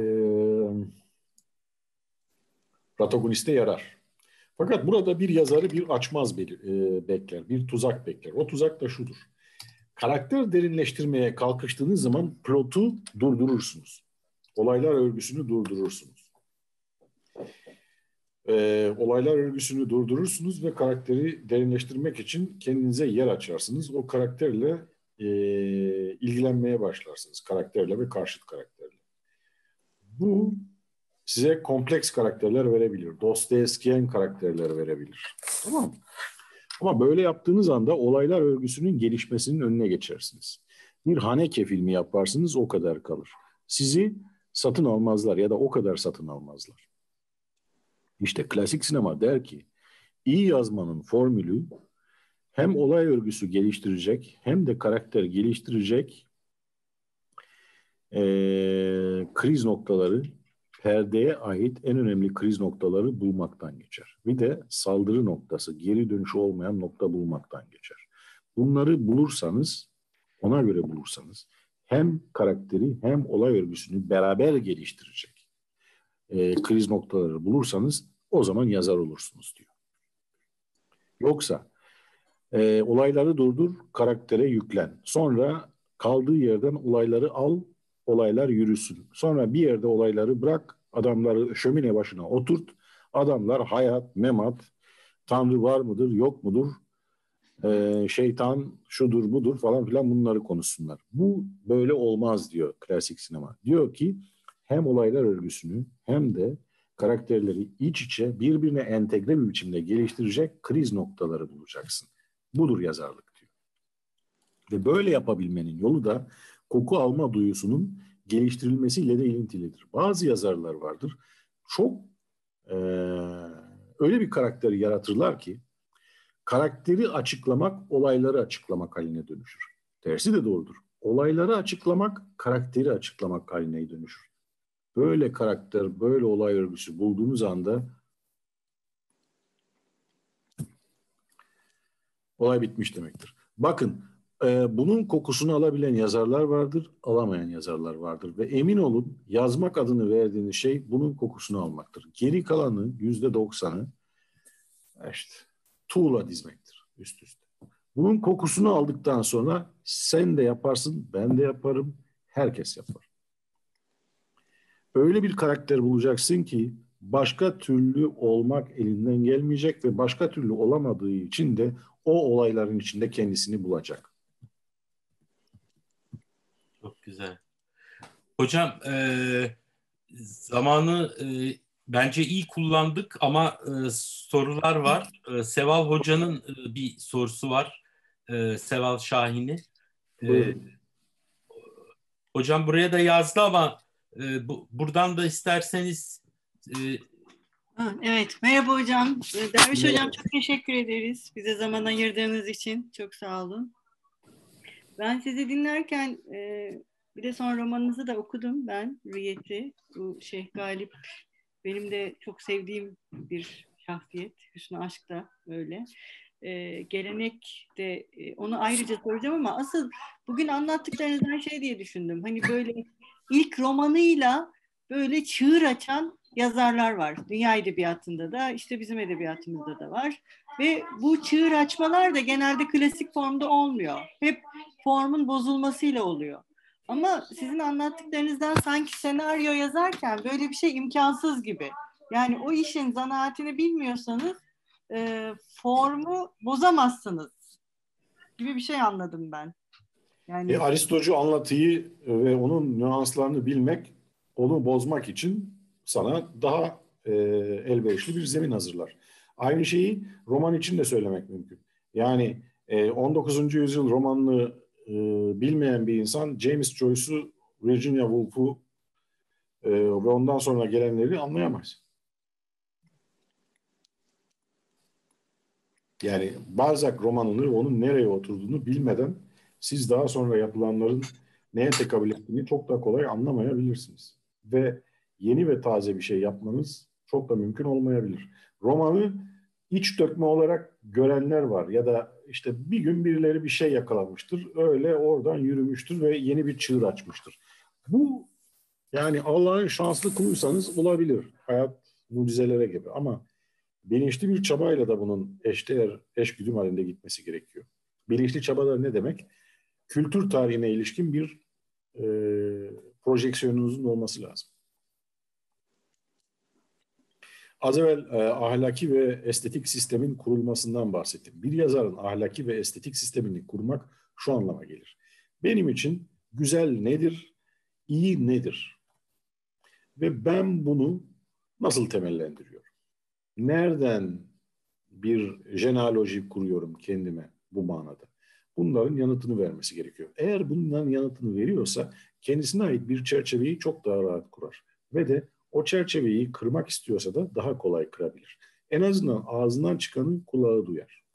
protagoniste yarar. Fakat burada bir yazarı bir açmaz belir, e, bekler, bir tuzak bekler. O tuzak da şudur. Karakter derinleştirmeye kalkıştığınız zaman plotu durdurursunuz. Olaylar örgüsünü durdurursunuz. E, olaylar örgüsünü durdurursunuz ve karakteri derinleştirmek için kendinize yer açarsınız. O karakterle e, ilgilenmeye başlarsınız. Karakterle ve karşıt karakterle. Bu size kompleks karakterler verebilir. Dostoyevskiyen karakterler verebilir. Tamam mı? Ama böyle yaptığınız anda olaylar örgüsünün gelişmesinin önüne geçersiniz. Bir Haneke filmi yaparsınız, o kadar kalır. Sizi satın almazlar ya da o kadar satın almazlar. İşte klasik sinema der ki, iyi yazmanın formülü hem olay örgüsü geliştirecek hem de karakter geliştirecek ee, kriz noktaları, perdeye ait en önemli kriz noktaları bulmaktan geçer. Bir de saldırı noktası, geri dönüşü olmayan nokta bulmaktan geçer. Bunları bulursanız, ona göre bulursanız hem karakteri hem olay örgüsünü beraber geliştirecek e, kriz noktaları bulursanız o zaman yazar olursunuz diyor. Yoksa e, olayları durdur, karaktere yüklen. Sonra kaldığı yerden olayları al, olaylar yürüsün. Sonra bir yerde olayları bırak, adamları şömine başına oturt. Adamlar hayat, memat, Tanrı var mıdır, yok mudur, ee, şeytan şudur budur falan filan bunları konuşsunlar. Bu böyle olmaz diyor klasik sinema. Diyor ki hem olaylar örgüsünü hem de karakterleri iç içe birbirine entegre bir biçimde geliştirecek kriz noktaları bulacaksın. Budur yazarlık diyor. Ve böyle yapabilmenin yolu da koku alma duyusunun geliştirilmesiyle de ilintilidir. Bazı yazarlar vardır. Çok e, öyle bir karakteri yaratırlar ki karakteri açıklamak olayları açıklamak haline dönüşür. Tersi de doğrudur. Olayları açıklamak karakteri açıklamak haline dönüşür. Böyle karakter, böyle olay örgüsü bulduğunuz anda olay bitmiş demektir. Bakın, e, bunun kokusunu alabilen yazarlar vardır, alamayan yazarlar vardır. Ve emin olun yazmak adını verdiğiniz şey bunun kokusunu almaktır. Geri kalanı, yüzde doksanı işte tuğla dizmektir üst üste. Bunun kokusunu aldıktan sonra sen de yaparsın, ben de yaparım, herkes yapar. Öyle bir karakter bulacaksın ki başka türlü olmak elinden gelmeyecek ve başka türlü olamadığı için de o olayların içinde kendisini bulacak. Çok güzel. Hocam e, zamanı e, bence iyi kullandık ama e, sorular var. E, Seval Hoca'nın e, bir sorusu var. E, Seval Şahin'i. E, Buyurun. hocam buraya da yazdı ama e, bu, buradan da isterseniz e, Ha, evet, merhaba hocam. Ee, Derviş Merhaba. hocam çok teşekkür ederiz. Bize zaman ayırdığınız için çok sağ olun. Ben sizi dinlerken e, bir de son romanınızı da okudum ben, Rüyet'i. Bu Şeyh Galip benim de çok sevdiğim bir şahsiyet. Hüsnü Aşk da öyle. E, gelenek de e, onu ayrıca soracağım ama asıl bugün anlattıklarınızdan şey diye düşündüm. Hani böyle ilk romanıyla böyle çığır açan yazarlar var. Dünya edebiyatında da işte bizim edebiyatımızda da var. Ve bu çığır açmalar da genelde klasik formda olmuyor. Hep formun bozulmasıyla oluyor. Ama sizin anlattıklarınızdan sanki senaryo yazarken böyle bir şey imkansız gibi. Yani o işin zanaatini bilmiyorsanız e, formu bozamazsınız gibi bir şey anladım ben. Yani E, Aristocu anlatıyı ve onun nüanslarını bilmek, onu bozmak için sana daha e, elverişli bir zemin hazırlar. Aynı şeyi roman için de söylemek mümkün. Yani e, on dokuzuncu yüzyıl romanını e, bilmeyen bir insan James Joyce'u, Virginia Woolf'u e, ve ondan sonra gelenleri anlayamaz. Yani Balzac romanını, onun nereye oturduğunu bilmeden siz daha sonra yapılanların neye tekabül ettiğini çok daha kolay anlamayabilirsiniz. Ve yeni ve taze bir şey yapmanız çok da mümkün olmayabilir. Romanı iç dökme olarak görenler var ya da işte bir gün birileri bir şey yakalamıştır. Öyle oradan yürümüştür ve yeni bir çığır açmıştır. Bu yani Allah'ın şanslı kuluysanız olabilir. Hayat mucizelere gibi ama bilinçli bir çabayla da bunun eşdeğer, eşgüdüm halinde gitmesi gerekiyor. Bilinçli çaba da ne demek? Kültür tarihine ilişkin bir e, projeksiyonunuzun olması lazım. Az evvel e, ahlaki ve estetik sistemin kurulmasından bahsettim. Bir yazarın ahlaki ve estetik sistemini kurmak şu anlama gelir. Benim için güzel nedir, iyi nedir? Ve ben bunu nasıl temellendiriyorum? Nereden bir jenealoji kuruyorum kendime bu manada? Bunların yanıtını vermesi gerekiyor. Eğer bunların yanıtını veriyorsa kendisine ait bir çerçeveyi çok daha rahat kurar. Ve de o çerçeveyi kırmak istiyorsa da daha kolay kırabilir. En azından ağzından çıkanı kulağı duyar.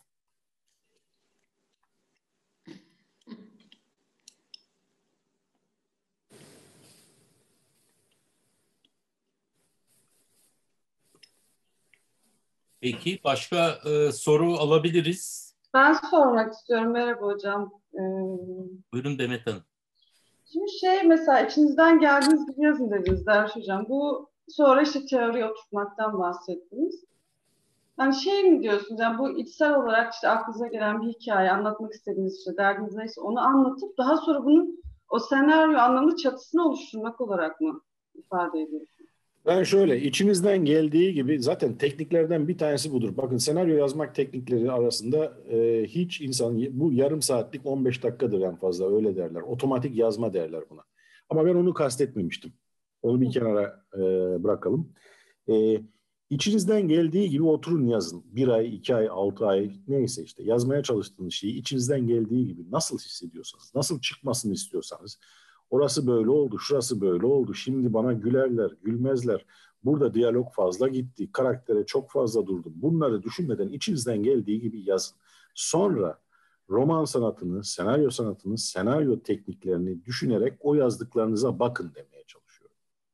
Peki başka e, soru alabiliriz. Ben sormak istiyorum. Merhaba hocam. Ee, Buyurun Demet Hanım. Şimdi şey mesela içinizden geldiğiniz gibi yazın dediniz Derviş hocam. Bu sonra işte teoriye oturtmaktan bahsettiniz. Yani şey mi diyorsunuz yani bu içsel olarak işte aklınıza gelen bir hikaye anlatmak istediğiniz işte derdiniz neyse onu anlatıp daha sonra bunun o senaryo anlamı çatısını oluşturmak olarak mı ifade ediyorsunuz? Ben şöyle, içinizden geldiği gibi zaten tekniklerden bir tanesi budur. Bakın senaryo yazmak teknikleri arasında e, hiç insan, bu yarım saatlik on beş dakikadır en fazla öyle derler. Otomatik yazma derler buna. Ama ben onu kastetmemiştim. Onu bir kenara e, bırakalım. E, içinizden geldiği gibi oturun yazın. Bir ay, iki ay, altı ay neyse işte yazmaya çalıştığınız şeyi içinizden geldiği gibi nasıl hissediyorsanız, nasıl çıkmasını istiyorsanız orası böyle oldu, şurası böyle oldu. Şimdi bana gülerler, gülmezler. Burada diyalog fazla gitti, karaktere çok fazla durdum. Bunları düşünmeden içinizden geldiği gibi yazın. Sonra roman sanatını, senaryo sanatını, senaryo tekniklerini düşünerek o yazdıklarınıza bakın demeye çalışıyorum.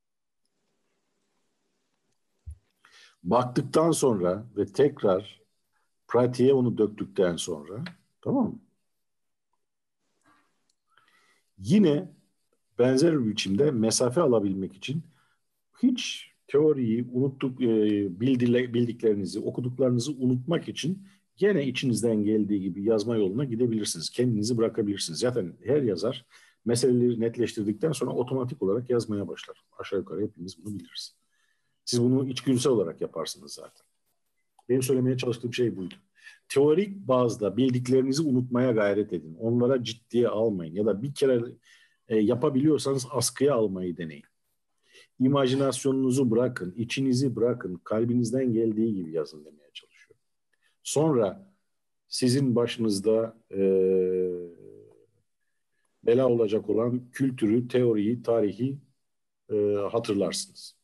Baktıktan sonra ve tekrar pratiğe onu döktükten sonra, tamam mı? Yine benzer bir biçimde mesafe alabilmek için hiç teoriyi unuttuk, e, bildiklerinizi, okuduklarınızı unutmak için gene içinizden geldiği gibi yazma yoluna gidebilirsiniz. Kendinizi bırakabilirsiniz. Zaten her yazar meseleleri netleştirdikten sonra otomatik olarak yazmaya başlar. Aşağı yukarı hepimiz bunu biliriz. Siz bunu içgüdüsel olarak yaparsınız zaten. Benim söylemeye çalıştığım şey buydu. Teorik bazda bildiklerinizi unutmaya gayret edin. Onlara ciddiye almayın ya da bir kere e, yapabiliyorsanız askıya almayı deneyin. İmajinasyonunuzu bırakın, içinizi bırakın, kalbinizden geldiği gibi yazın demeye çalışıyorum. Sonra sizin başınızda e, bela olacak olan kültürü, teoriyi, tarihi e, hatırlarsınız.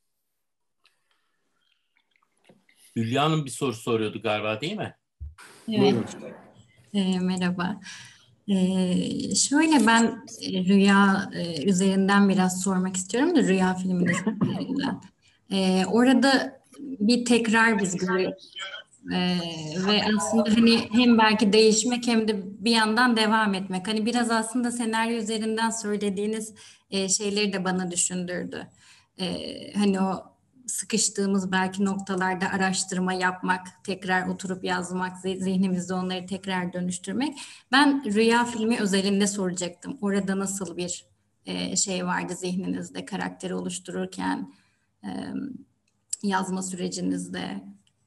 Hülya Hanım bir soru soruyordu galiba değil mi? Evet. E, merhaba. E, şöyle ben e, rüya e, üzerinden biraz sormak istiyorum da rüya filminin üzerinden. E, orada bir tekrar biz görüyoruz. E, ve aslında hani hem belki değişmek hem de bir yandan devam etmek. Hani biraz aslında senaryo üzerinden söylediğiniz e, şeyleri de bana düşündürdü. E, hani o sıkıştığımız belki noktalarda araştırma yapmak, tekrar oturup yazmak, zihnimizde onları tekrar dönüştürmek. Ben rüya filmi özelinde soracaktım. Orada nasıl bir e, şey vardı zihninizde karakteri oluştururken, e, yazma sürecinizde?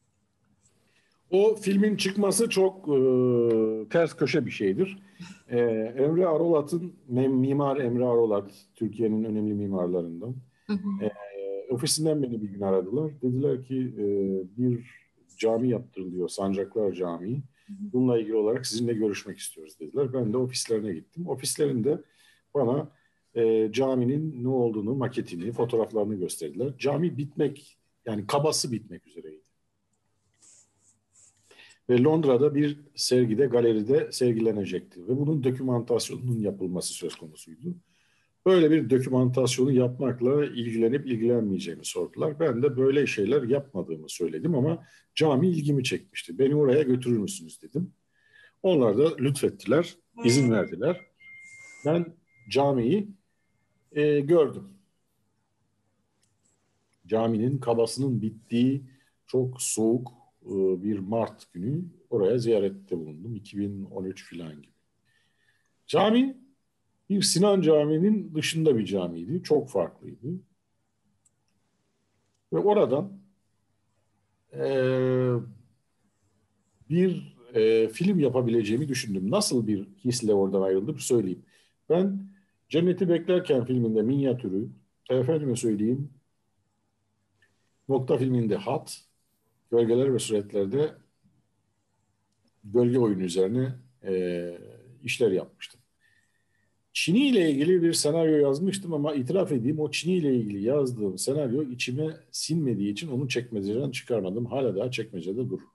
O filmin çıkması çok e, ters köşe bir şeydir. E, Emre Arolat'ın, Mimar Emre Arolat, Türkiye'nin önemli mimarlarından. Hı hı. E, ofisinden beni bir gün aradılar. Dediler ki e, bir cami yaptırılıyor, Sancaklar Camii. Bununla ilgili olarak sizinle görüşmek istiyoruz dediler. Ben de ofislerine gittim. Ofislerinde bana e, caminin ne olduğunu, maketini, fotoğraflarını gösterdiler. Cami bitmek, yani kabası bitmek üzereydi. Ve Londra'da bir sergide, galeride sergilenecekti. Ve bunun dokümantasyonunun yapılması söz konusuydu. Böyle bir dokümantasyonu yapmakla ilgilenip ilgilenmeyeceğimi sordular. Ben de böyle şeyler yapmadığımı söyledim ama cami ilgimi çekmişti. Beni oraya götürür müsünüz dedim. Onlar da lütfettiler, izin verdiler. Ben camiyi e, gördüm. Caminin kabasının bittiği çok soğuk e, bir Mart günü oraya ziyarette bulundum. iki bin on üç falan gibi. Cami bir Sinan Camii'nin dışında bir camiydi. Çok farklıydı. Ve oradan e, bir e, film yapabileceğimi düşündüm. Nasıl bir hisle oradan ayrıldım söyleyeyim. Ben Cenneti Beklerken filminde minyatürü, efendime söyleyeyim, Nokta filminde hat, gölgeler ve suretlerde gölge oyunu üzerine e, işler yapmıştım. Çini ile ilgili bir senaryo yazmıştım ama itiraf edeyim o Çini ile ilgili yazdığım senaryo içime sinmediği için onu çekmeceden çıkarmadım. Hala daha çekmecede durur.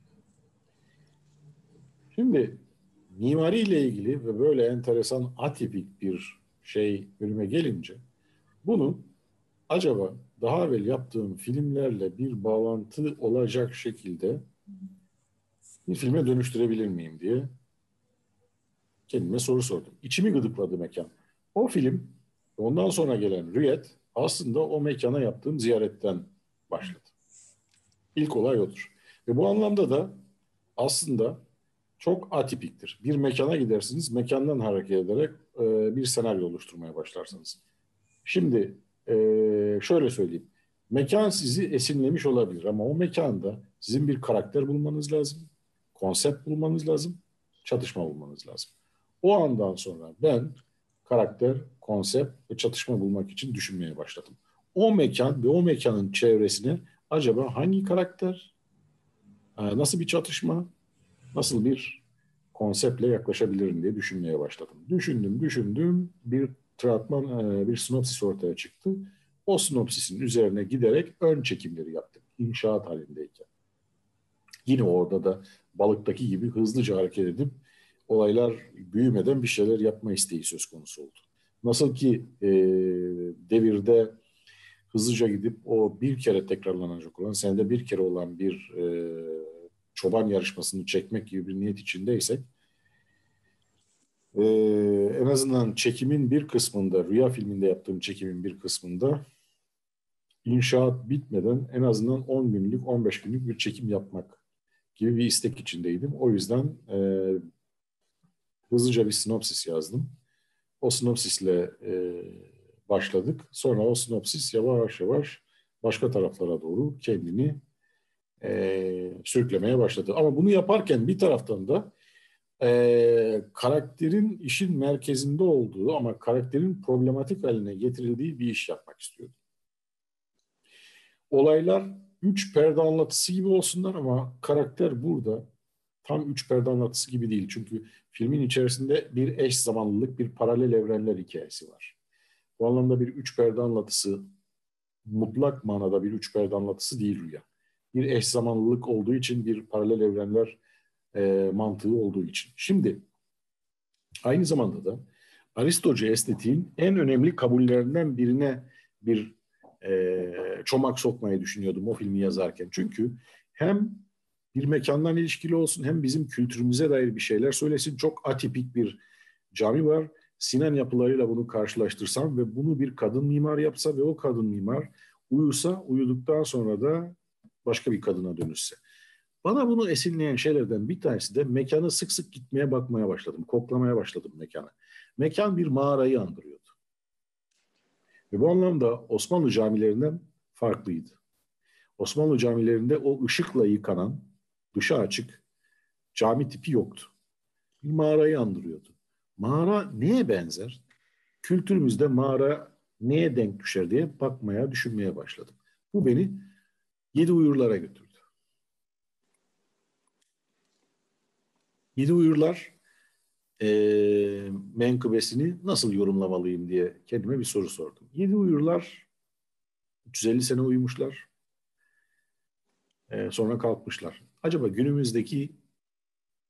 Şimdi mimari ile ilgili ve böyle enteresan atipik bir şey önüme gelince bunu acaba daha evvel yaptığım filmlerle bir bağlantı olacak şekilde bir filme dönüştürebilir miyim diye kendime soru sordum. İçimi gıdıkladı mekan. O film, ondan sonra gelen Rüyet aslında o mekana yaptığım ziyaretten başladı. İlk olay odur. Ve bu anlamda da aslında çok atipiktir. Bir mekana gidersiniz, mekandan hareket ederek e, bir senaryo oluşturmaya başlarsınız. Şimdi e, şöyle söyleyeyim. Mekan sizi esinlemiş olabilir ama o mekanda sizin bir karakter bulmanız lazım, konsept bulmanız lazım, çatışma bulmanız lazım. O andan sonra ben karakter, konsept ve çatışma bulmak için düşünmeye başladım. O mekan ve o mekanın çevresine acaba hangi karakter, nasıl bir çatışma, nasıl bir konseptle yaklaşabilirim diye düşünmeye başladım. Düşündüm, düşündüm. Bir tratman, bir sinopsis ortaya çıktı. O sinopsisin üzerine giderek ön çekimleri yaptım. İnşaat halindeyken. Yine orada da balıktaki gibi hızlıca hareket edip olaylar büyümeden bir şeyler yapma isteği söz konusu oldu. Nasıl ki e, devirde hızlıca gidip o bir kere tekrarlanacak olan, senede bir kere olan bir e, çoban yarışmasını çekmek gibi bir niyet içindeysek, e, en azından çekimin bir kısmında, Rüya filminde yaptığım çekimin bir kısmında inşaat bitmeden en azından on günlük, on beş günlük bir çekim yapmak gibi bir istek içindeydim. O yüzden e, hızlıca bir sinopsis yazdım. O sinopsisle e, başladık. Sonra o sinopsis yavaş yavaş başka taraflara doğru kendini e, sürüklemeye başladı. Ama bunu yaparken bir taraftan da e, karakterin işin merkezinde olduğu ama karakterin problematik haline getirildiği bir iş yapmak istiyordum. Olaylar üç perde anlatısı gibi olsunlar ama karakter burada tam üç perde anlatısı gibi değil. Çünkü filmin içerisinde bir eş zamanlılık, bir paralel evrenler hikayesi var. Bu anlamda bir üç perde anlatısı, mutlak manada bir üç perde anlatısı değil Rüya. Bir eş zamanlılık olduğu için, bir paralel evrenler e, mantığı olduğu için. Şimdi aynı zamanda da Aristocu estetiğin en önemli kabullerinden birine bir e, çomak sokmayı düşünüyordum o filmi yazarken. Çünkü hem bir mekandan ilişkili olsun hem bizim kültürümüze dair bir şeyler söylesin. Çok atipik bir cami var. Sinan yapılarıyla bunu karşılaştırsam ve bunu bir kadın mimar yapsa ve o kadın mimar uyusa, uyuduktan sonra da başka bir kadına dönüşse. Bana bunu esinleyen şeylerden bir tanesi de mekanı sık sık gitmeye bakmaya başladım. Koklamaya başladım mekanı. Mekan bir mağarayı andırıyordu. Ve bu anlamda Osmanlı camilerinden farklıydı. Osmanlı camilerinde o ışıkla yıkanan, dışa açık cami tipi yoktu. Bir mağarayı andırıyordu. Mağara neye benzer? Kültürümüzde mağara neye denk düşer diye bakmaya, düşünmeye başladım. Bu beni Yedi Uyurlar'a götürdü. Yedi Uyurlar e, menkıbesini nasıl yorumlamalıyım diye kendime bir soru sordum. Yedi Uyurlar üç yüz elli sene uyumuşlar. E, sonra kalkmışlar. Acaba günümüzdeki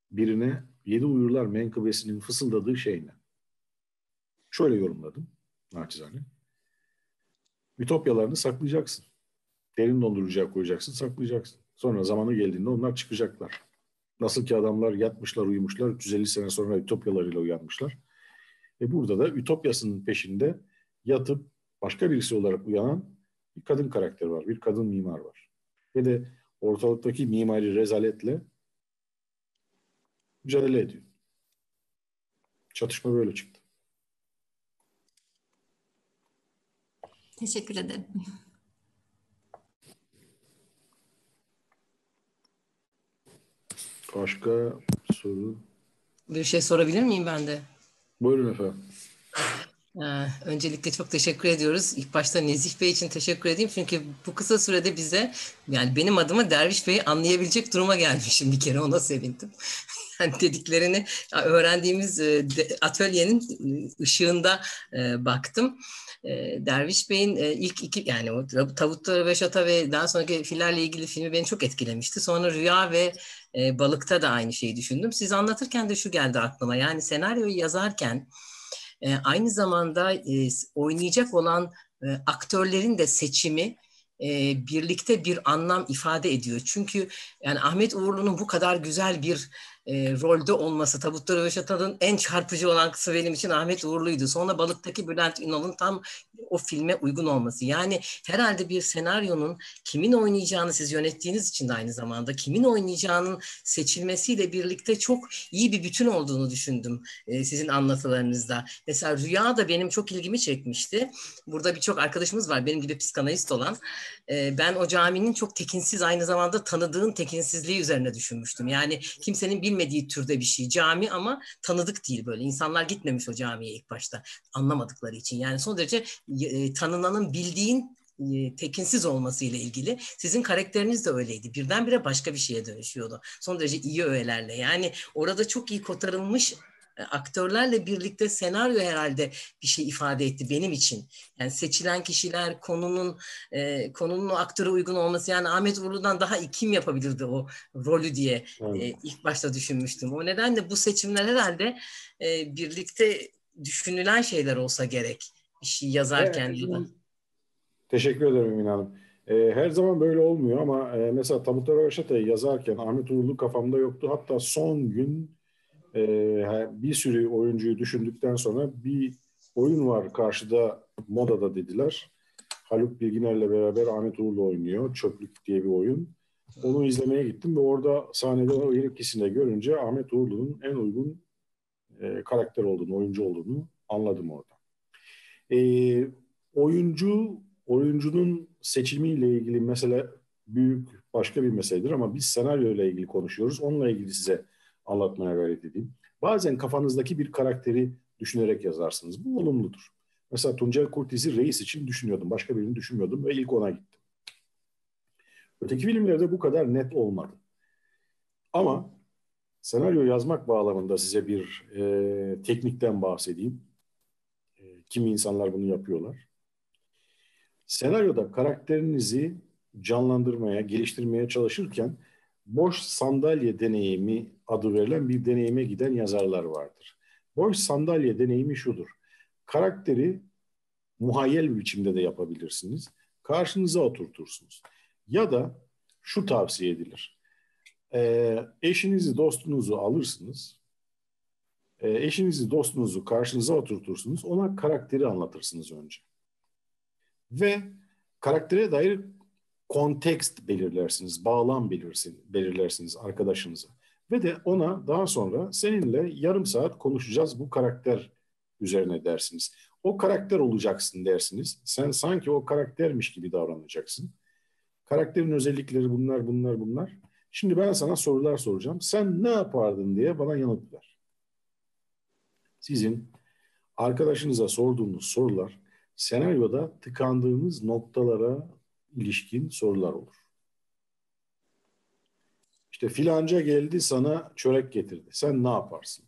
birine Yedi Uyurlar Menkıbesi'nin fısıldadığı şey ne? Şöyle yorumladım naçizane. Ütopyalarını saklayacaksın. Derin dondurucuya koyacaksın, saklayacaksın. Sonra zamanı geldiğinde onlar çıkacaklar. Nasıl ki adamlar yatmışlar, uyumuşlar, üç yüz elli sene sonra ütopyalarıyla uyanmışlar. E burada da ütopyasının peşinde yatıp başka birisi olarak uyanan bir kadın karakter var, bir kadın mimar var. Ve de ortalıktaki mimari rezaletle mücadele ediyor. Çatışma böyle çıktı. Teşekkür ederim. Başka soru? Bir şey sorabilir miyim ben de? Buyurun efendim. Ee, öncelikle çok teşekkür ediyoruz. İlk başta Nezih Bey için teşekkür edeyim. Çünkü bu kısa sürede bize, yani benim adıma Derviş Bey'i anlayabilecek duruma gelmişim bir kere. Ona sevindim. Yani dediklerini öğrendiğimiz atölyenin ışığında baktım. Derviş Bey'in ilk iki, yani o Tavukta Röveşata ve daha sonraki fillerle ilgili filmi beni çok etkilemişti. Sonra Rüya ve Balık'ta da aynı şeyi düşündüm. Siz anlatırken de şu geldi aklıma. Yani senaryoyu yazarken E, aynı zamanda e, oynayacak olan e, aktörlerin de seçimi e, birlikte bir anlam ifade ediyor. Çünkü yani Ahmet Uğurlu'nun bu kadar güzel bir e, rolde olması, Tabutta Röveşata'nın en çarpıcı olan kısmı benim için Ahmet Uğurlu'ydu. Sonra Balık'taki Bülent Ünal'ın tam o filme uygun olması. Yani herhalde bir senaryonun kimin oynayacağını siz yönettiğiniz için de aynı zamanda kimin oynayacağının seçilmesiyle birlikte çok iyi bir bütün olduğunu düşündüm e, sizin anlatılarınızda. Mesela Rüya da benim çok ilgimi çekmişti. Burada birçok arkadaşımız var benim gibi psikanalist olan. E, ben o caminin çok tekinsiz, aynı zamanda tanıdığın tekinsizliği üzerine düşünmüştüm. Yani kimsenin bilmediği türde bir şey. Cami ama tanıdık değil böyle. İnsanlar gitmemiş o camiye ilk başta anlamadıkları için. Yani son derece e, tanınanın bildiğin e, tekinsiz olması ile ilgili. Sizin karakteriniz de öyleydi. Birdenbire başka bir şeye dönüşüyordu. Son derece iyi öğelerle. Yani orada çok iyi kotarılmış e, aktörlerle birlikte senaryo herhalde bir şey ifade etti benim için. Yani seçilen kişiler, konunun e, konunun o aktöre uygun olması. Yani Ahmet Uğurlu'dan daha iyi kim yapabilirdi o rolü diye Evet. e, ilk başta düşünmüştüm. O nedenle bu seçimler herhalde e, birlikte düşünülen şeyler olsa gerek. Bir şey yazarken Evet. ya da. Teşekkür ederim Emine Hanım. Ee, her zaman böyle olmuyor ama e, mesela Tabutta Röveşata'yı yazarken Ahmet Uğurlu kafamda yoktu. Hatta son gün e, bir sürü oyuncuyu düşündükten sonra bir oyun var karşıda modada dediler. Haluk Bilginer'le beraber Ahmet Uğurlu oynuyor. Çöplük diye bir oyun. Onu izlemeye gittim ve orada sahnede o ikisini de görünce Ahmet Uğurlu'nun en uygun e, karakter olduğunu, oyuncu olduğunu anladım orada. E, oyuncu, oyuncunun seçimiyle ilgili mesele büyük başka bir meseledir ama biz senaryo ile ilgili konuşuyoruz. Onunla ilgili size anlatmaya gayret edeyim. Bazen kafanızdaki bir karakteri düşünerek yazarsınız. Bu olumludur. Mesela Tuncel Kurtiz'i reis için düşünüyordum. Başka birini düşünmüyordum ve ilk ona gittim. Öteki filmlerde bu kadar net olmadı. Ama senaryo yazmak bağlamında size bir e, teknikten bahsedeyim. E, kimi insanlar bunu yapıyorlar. Senaryoda karakterinizi canlandırmaya, geliştirmeye çalışırken boş sandalye deneyimi adı verilen bir deneyime giden yazarlar vardır. Boş sandalye deneyimi şudur. Karakteri muhayyel bir biçimde de yapabilirsiniz. Karşınıza oturtursunuz. Ya da şu tavsiye edilir. E, eşinizi, dostunuzu alırsınız. E, eşinizi, dostunuzu karşınıza oturtursunuz. Ona karakteri anlatırsınız önce. Ve karaktere dair kontekst belirlersiniz, bağlam belirsin, belirlersiniz arkadaşınıza. Ve de ona daha sonra seninle yarım saat konuşacağız bu karakter üzerine dersiniz. O karakter olacaksın dersiniz. Sen sanki o karaktermiş gibi davranacaksın. Karakterin özellikleri bunlar, bunlar, bunlar. Şimdi ben sana sorular soracağım. Sen ne yapardın diye bana yanıt ver. Sizin arkadaşınıza sorduğunuz sorular senaryoda tıkandığınız noktalara ilişkin sorular olur. İşte filanca geldi sana çörek getirdi. Sen ne yaparsın?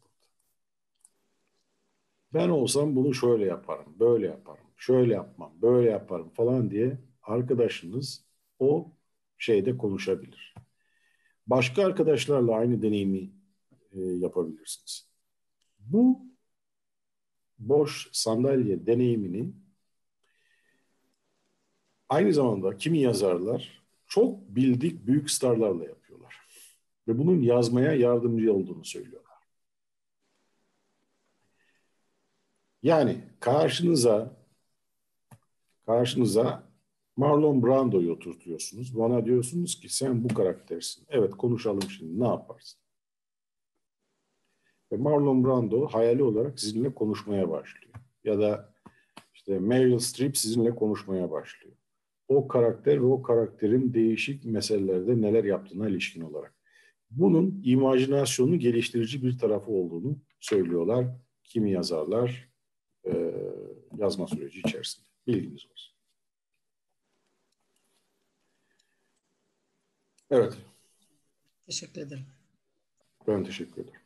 Ben olsam bunu şöyle yaparım, böyle yaparım, şöyle yapmam, böyle yaparım falan diye arkadaşınız o şeyde konuşabilir. Başka arkadaşlarla aynı deneyimi e, yapabilirsiniz. Bu boş sandalye deneyimini aynı zamanda kimi yazarlar çok bildik büyük starlarla yapıyorlar. Ve bunun yazmaya yardımcı olduğunu söylüyorlar. Yani karşınıza karşınıza Marlon Brando'yu oturtuyorsunuz. Bana diyorsunuz ki sen bu karaktersin. Evet, konuşalım şimdi, ne yaparsın? Ve Marlon Brando hayali olarak sizinle konuşmaya başlıyor. Ya da işte Meryl Streep sizinle konuşmaya başlıyor. O karakter ve o karakterin değişik meselelerde neler yaptığına ilişkin olarak. Bunun imajinasyonu geliştirici bir tarafı olduğunu söylüyorlar kimi yazarlar e, yazma süreci içerisinde. Bilginiz olsun. Evet. Teşekkür ederim. Ben teşekkür ederim.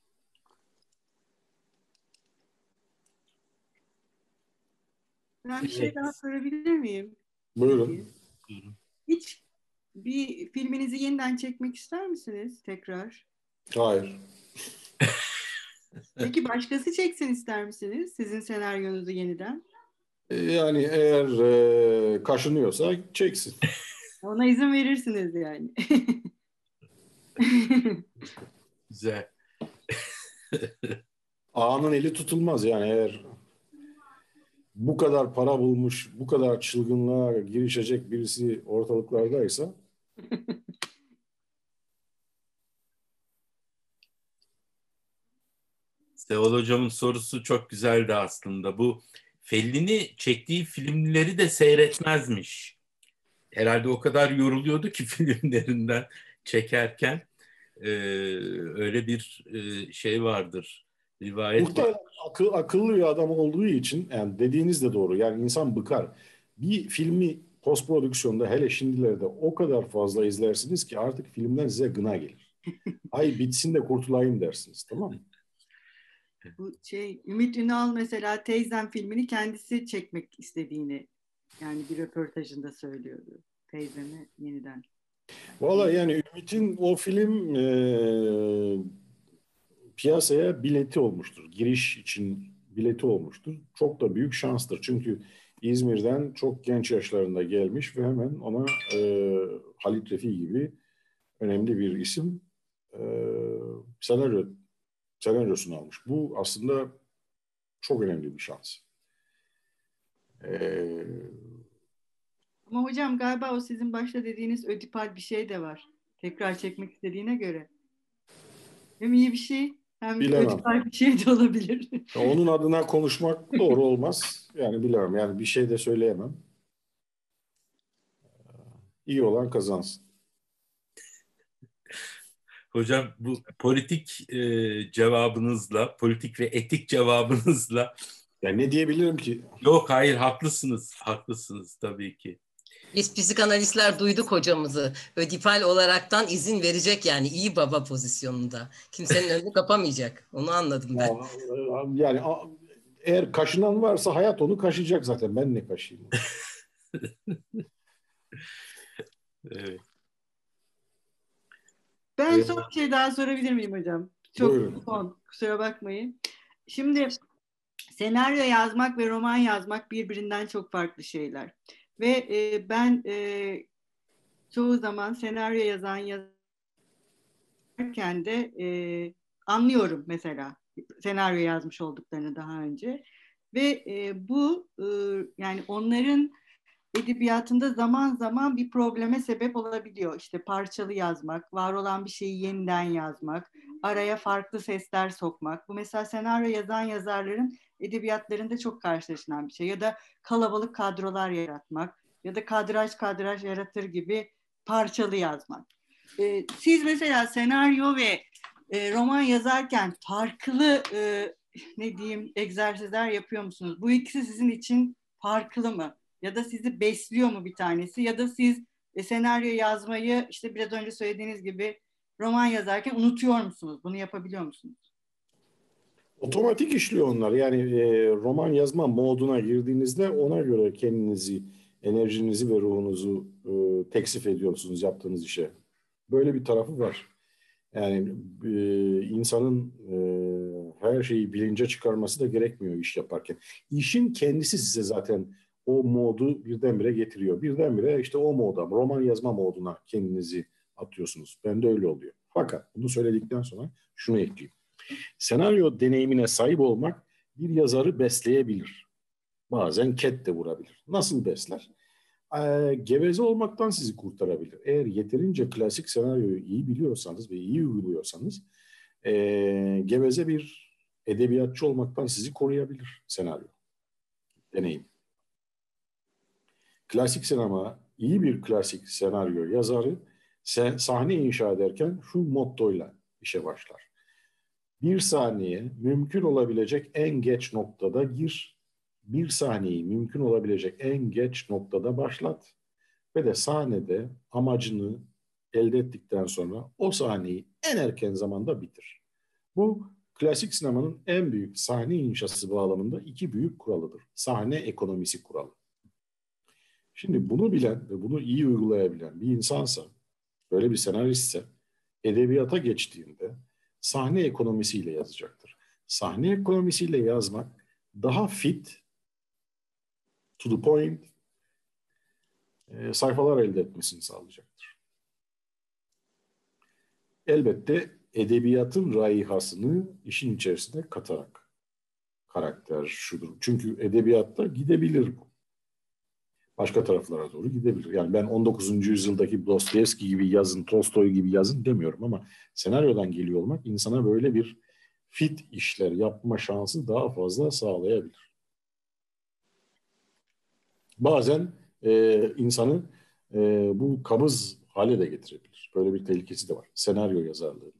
Ben bir şey daha sorabilir miyim? Buyurun. Buyurun. Hiç bir filminizi yeniden çekmek ister misiniz tekrar? Hayır. Peki başkası çeksin ister misiniz sizin senaryonuzu yeniden? Yani eğer e, kaşınıyorsa çeksin. Ona izin verirsiniz yani. Güzel. Ağanın eli tutulmaz yani, eğer bu kadar para bulmuş, bu kadar çılgınlığa girişecek birisi ortalıklardaysa. Seval Hocam'ın sorusu çok güzeldi aslında. Bu Fellini çektiği filmleri de seyretmezmiş. Herhalde o kadar yoruluyordu ki filmlerinden çekerken. Ee, öyle bir e, şey vardır. Rivayet var. Muhtemelen akıl, akıllı bir adam olduğu için, yani dediğiniz de doğru. Yani insan bıkar. Bir filmi post prodüksiyonda, hele şimdilerde o kadar fazla izlersiniz ki artık filmden size gına gelir. Ay bitsin de kurtulayım dersiniz, tamam mı? Bu şey Ümit Ünal mesela Teyzem filmini kendisi çekmek istediğini yani bir röportajında söylüyordu. Teyzemi yeniden. Valla yani Ümit'in o film e, piyasaya bileti olmuştur. Giriş için bileti olmuştur. Çok da büyük şanstır. Çünkü İzmir'den çok genç yaşlarında gelmiş ve hemen ona e, Halit Refi gibi önemli bir isim e, senaryo senaryosunu almış. Bu aslında çok önemli bir şans. E, Ama hocam galiba o sizin başta dediğiniz ödipal bir şey de var. Tekrar çekmek istediğine göre. Hem iyi bir şey hem Bilemem. ödipal bir şey de olabilir. Onun adına konuşmak doğru olmaz. Yani bilemem. Yani bir şey de söyleyemem. İyi olan kazansın. Hocam bu politik e, cevabınızla, politik ve etik cevabınızla. Yani ne diyebilirim ki? Yok, hayır, haklısınız. Haklısınız tabii ki. Biz psikanalistler duyduk hocamızı. Ödipal olaraktan izin verecek, yani iyi baba pozisyonunda. Kimsenin önünü kapamayacak. Onu anladım ben. Yani eğer kaşınan varsa hayat onu kaşıyacak zaten. Ben ne kaşıyayım? Evet. Ben Evet. son bir şey daha sorabilir miyim hocam? Çok Buyurun. son, kusura bakmayın. Şimdi senaryo yazmak ve roman yazmak birbirinden çok farklı şeyler. Ve e, ben e, çoğu zaman senaryo yazan yazarken de e, anlıyorum mesela senaryo yazmış olduklarını daha önce. Ve e, bu e, yani onların edebiyatında zaman zaman bir probleme sebep olabiliyor. İşte parçalı yazmak, var olan bir şeyi yeniden yazmak, araya farklı sesler sokmak. Bu mesela senaryo yazan yazarların edebiyatlarında çok karşılaşılan bir şey. Ya da kalabalık kadrolar yaratmak ya da kadraj kadraj yaratır gibi parçalı yazmak. Ee, siz mesela senaryo ve e, roman yazarken farklı e, ne diyeyim egzersizler yapıyor musunuz? Bu ikisi sizin için farklı mı? Ya da sizi besliyor mu bir tanesi? Ya da siz e, senaryo yazmayı işte biraz önce söylediğiniz gibi roman yazarken unutuyor musunuz? Bunu yapabiliyor musunuz? Otomatik işliyor onlar. Yani e, roman yazma moduna girdiğinizde ona göre kendinizi, enerjinizi ve ruhunuzu e, teksif ediyorsunuz yaptığınız işe. Böyle bir tarafı var. Yani e, insanın e, her şeyi bilince çıkarması da gerekmiyor iş yaparken. İşin kendisi size zaten o modu birdenbire getiriyor. Birdenbire işte o moda, roman yazma moduna kendinizi atıyorsunuz. Bende öyle oluyor. Fakat bunu söyledikten sonra şunu ekleyeyim. Senaryo deneyimine sahip olmak bir yazarı besleyebilir. Bazen ket de vurabilir. Nasıl besler? Ee, geveze olmaktan sizi kurtarabilir. Eğer yeterince klasik senaryoyu iyi biliyorsanız ve iyi uyguluyorsanız ee, geveze bir edebiyatçı olmaktan sizi koruyabilir senaryo deneyim. Klasik sinema, iyi bir klasik senaryo yazarı sahne inşa ederken şu mottoyla işe başlar. Bir saniye mümkün olabilecek en geç noktada gir, bir saniyeyi mümkün olabilecek en geç noktada başlat ve de sahnede amacını elde ettikten sonra o sahneyi en erken zamanda bitir. Bu klasik sinemanın en büyük sahne inşası bağlamında iki büyük kuralıdır. Sahne ekonomisi kuralı. Şimdi bunu bilen ve bunu iyi uygulayabilen bir insansa, böyle bir senaristse, edebiyata geçtiğinde sahne ekonomisiyle yazacaktır. Sahne ekonomisiyle yazmak daha fit, to the point e, sayfalar elde etmesini sağlayacaktır. Elbette edebiyatın raihasını işin içerisine katarak karakter şudur. Çünkü edebiyatta gidebilir bu. Başka taraflara doğru gidebilir. Yani ben on dokuzuncu yüzyıldaki Dostoyevski gibi yazın, Tolstoy gibi yazın demiyorum ama senaryodan geliyor olmak insana böyle bir fit işler yapma şansı daha fazla sağlayabilir. Bazen e, insanı e, bu kabız hale de getirebilir. Böyle bir tehlikesi de var. Senaryo yazarlığı.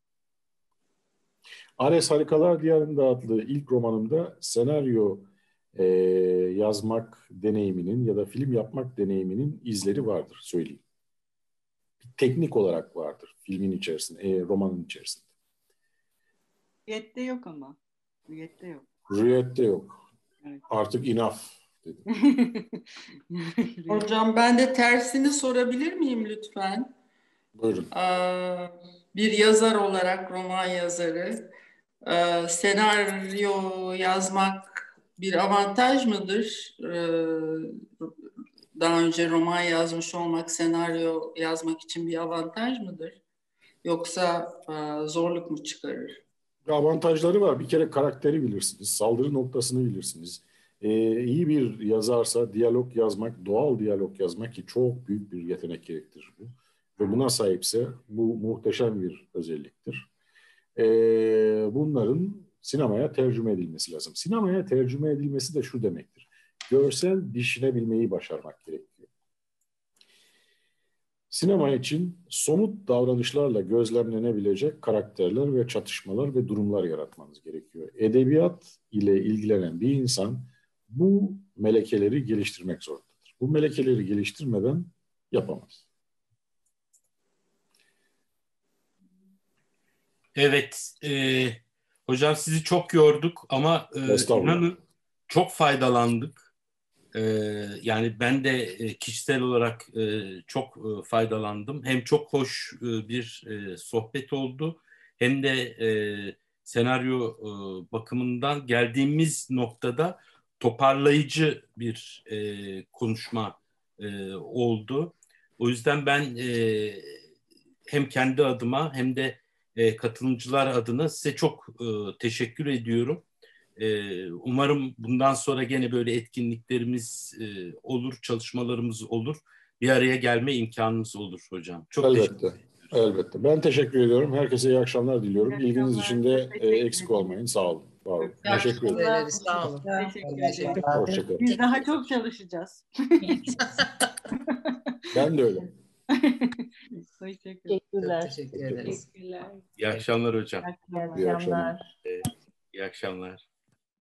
Ares Harikalar Diyarı'nda adlı ilk romanımda senaryo e, yazmak deneyiminin ya da film yapmak deneyiminin izleri vardır söyleyeyim. Teknik olarak vardır filmin içerisinde, e, romanın içerisinde. Rüyette yok ama. Rüyette yok. Rüyette yok. Evet. Artık enough dedim. Hocam ben de tersini sorabilir miyim lütfen? Buyurun. Ee, bir yazar olarak, roman yazarı, e, senaryo yazmak bir avantaj mıdır? Ee, daha önce roman yazmış olmak, senaryo yazmak için bir avantaj mıdır? Yoksa e, zorluk mu çıkarır? Avantajları var. Bir kere karakteri bilirsiniz, saldırı noktasını bilirsiniz. Ee, iyi bir yazarsa diyalog yazmak, doğal diyalog yazmak ki çok büyük bir yetenek gerektirir bu. Ve buna sahipse bu muhteşem bir özelliktir. Ee, bunların sinemaya tercüme edilmesi lazım. Sinemaya tercüme edilmesi de şu demektir. Görsel düşünebilmeyi başarmak gerekiyor. Sinema için somut davranışlarla gözlemlenebilecek karakterler ve çatışmalar ve durumlar yaratmanız gerekiyor. Edebiyat ile ilgilenen bir insan bu melekeleri geliştirmek zorundadır. Bu melekeleri geliştirmeden yapamaz. Evet, e, hocam sizi çok yorduk ama e, inanın çok faydalandık. E, yani ben de e, kişisel olarak e, çok e, faydalandım. Hem çok hoş e, bir e, sohbet oldu, hem de e, senaryo e, bakımından geldiğimiz noktada toparlayıcı bir e, konuşma e, oldu. O yüzden ben e, hem kendi adıma hem de e, katılımcılar adına size çok e, teşekkür ediyorum. E, umarım bundan sonra gene böyle etkinliklerimiz e, olur, çalışmalarımız olur. Bir araya gelme imkanımız olur hocam. Çok elbette, teşekkür ederim. Elbette. Ben teşekkür ediyorum. Herkese iyi akşamlar diliyorum. İyi İlginiz akşamlar. için de e, eksik olmayın. Sağ olun. Var olun. Teşekkür ederim. Teşekkür ederiz. Sağ olun. Teşekkür ederim. Hoşçakalın. Biz daha çok çalışacağız. Ben de öyle. Hoşçakalın. Çok teşekkür ederiz. Teşekkürler. İyi akşamlar hocam. İyi akşamlar. İyi akşamlar.